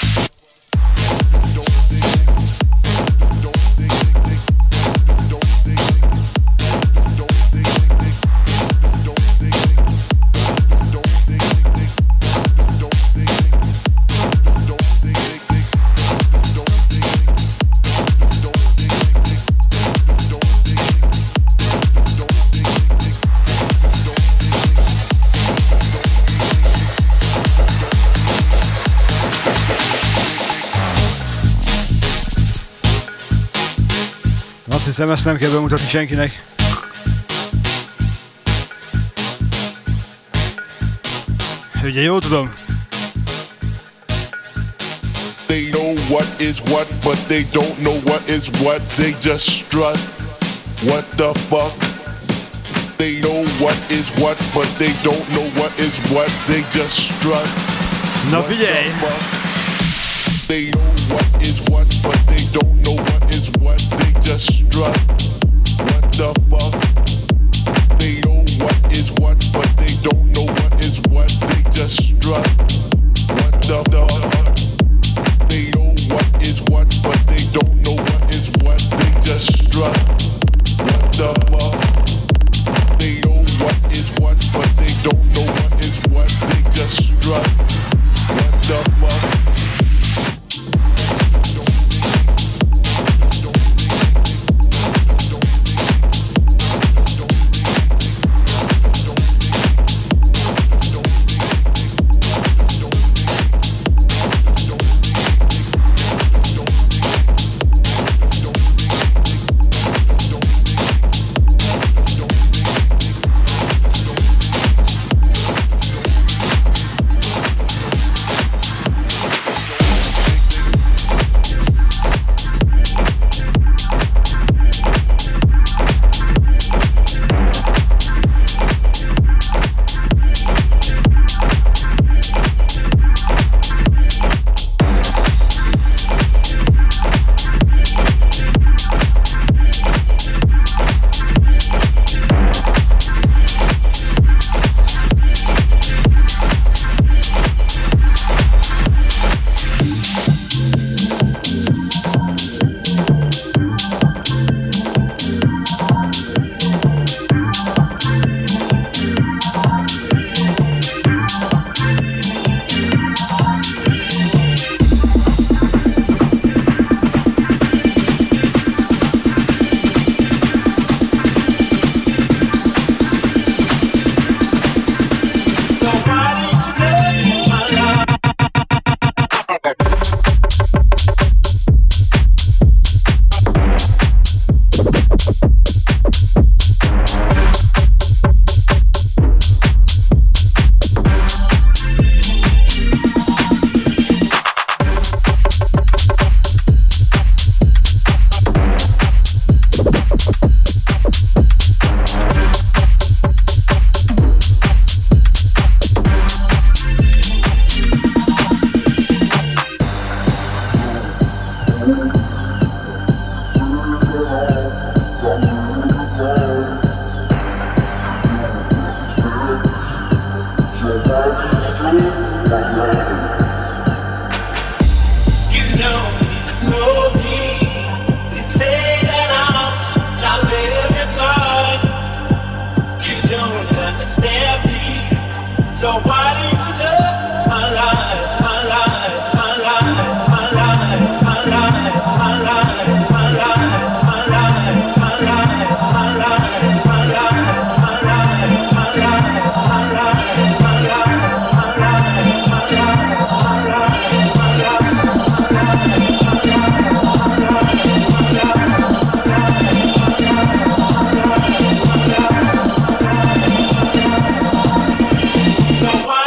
Azt hiszem, ezt nem kell bemutatni senkinek. Ugye jól tudom? They know what is what, but they don't know what is what. They just strut. What the fuck? They know what is what, but they don't know what is what. They just strut. Na figyelj! They know what is what, but they don't know what is what. They just strut. What the fuck? They know what is what, but they don't know what is what. They just strut. What the fuck? They know what is what, but they don't know what is what. They just strut. What the fuck? They know what is what, but they don't know what is what. They just strut. What the fuck? So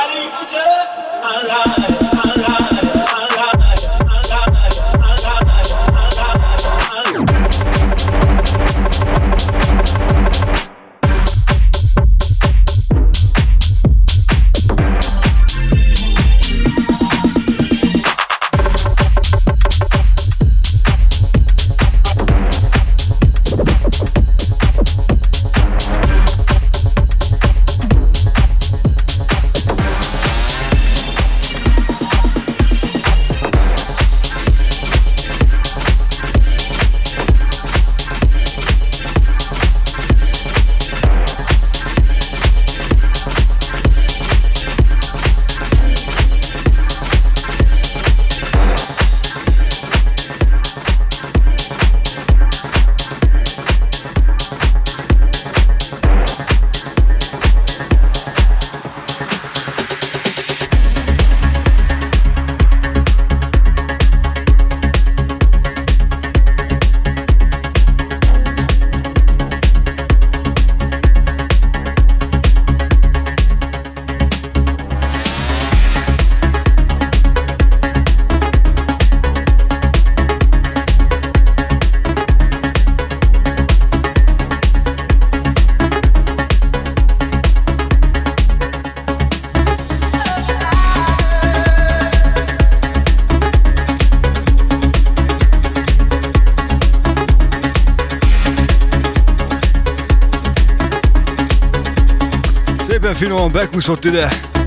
finoman bekúszott ide.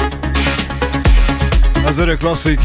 Az örök klasszik.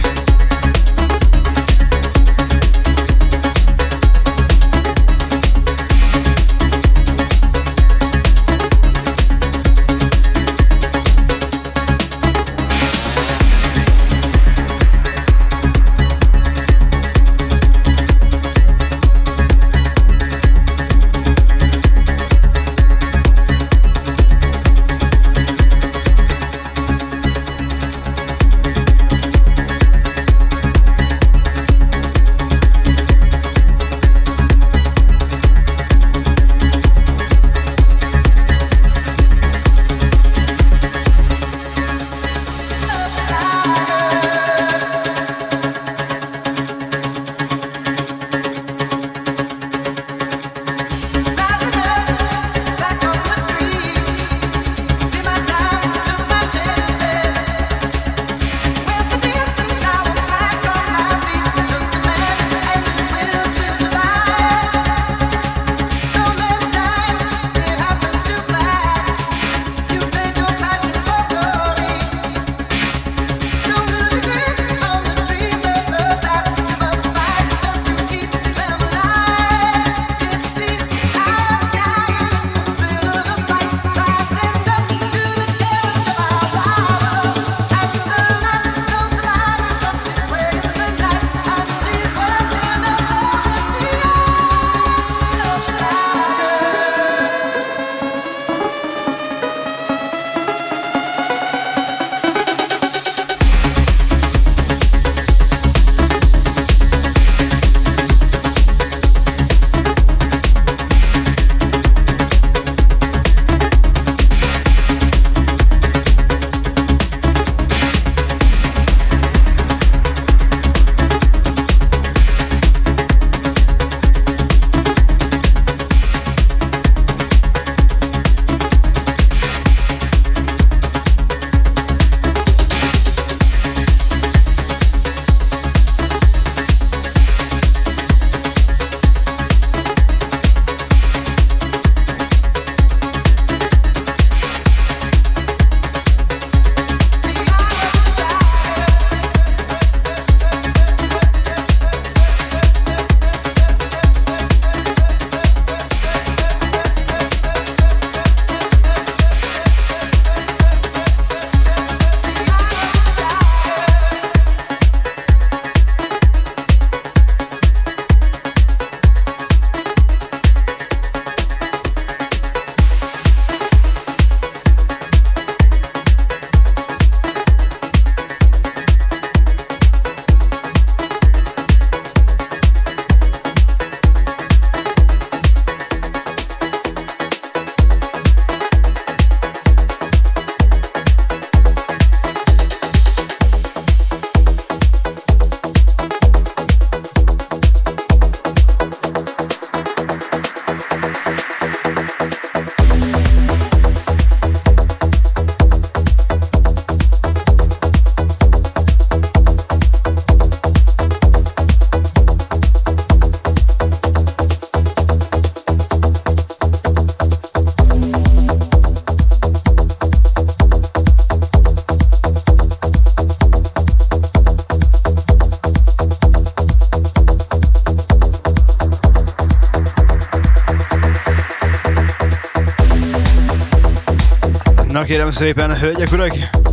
Na kérem szépen, hölgyek, urak!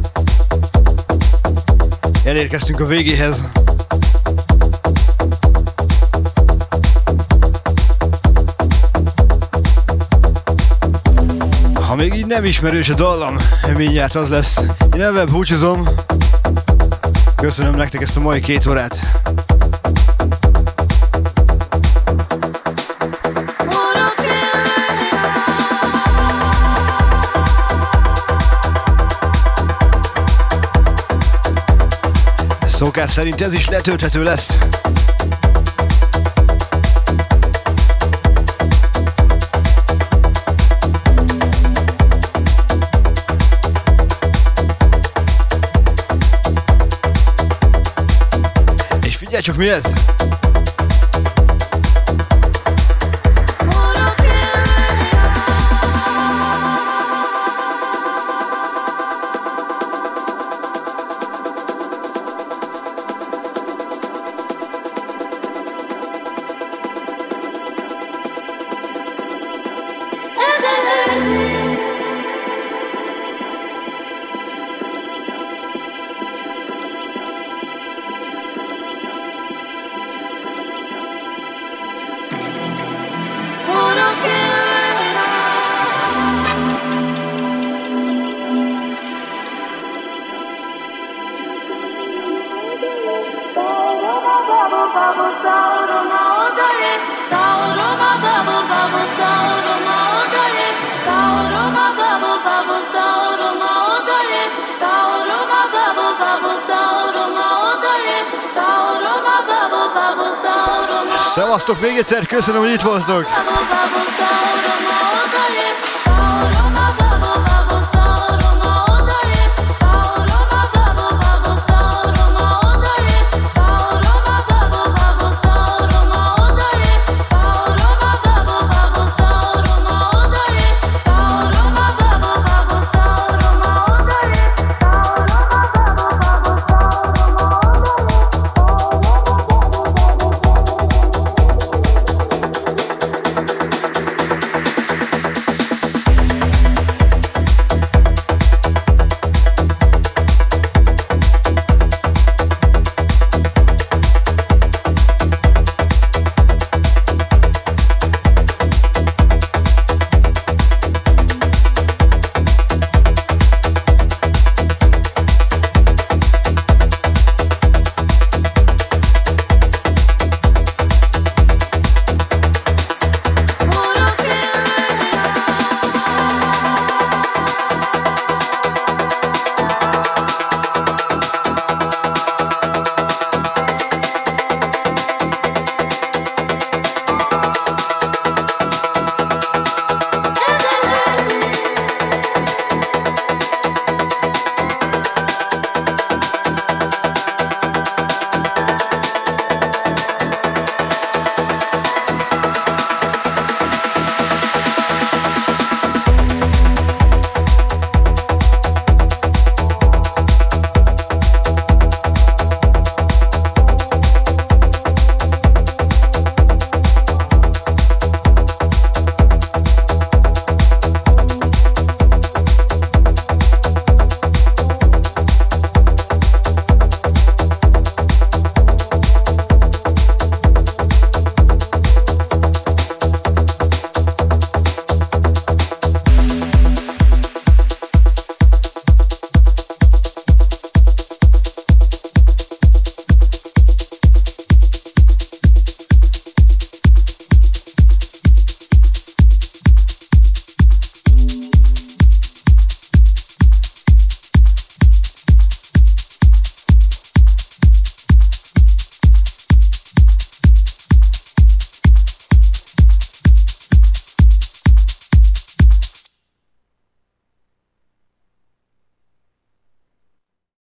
Elérkeztünk a végéhez. Ha még így nem ismerős a dallam, mindjárt az lesz. Én ebben búcsúzom. Köszönöm nektek ezt a mai két órát. Szokás szerint ez is letölthető lesz. És figyelj csak, mi ez? Szevasztok még egyszer, köszönöm, hogy itt voltok!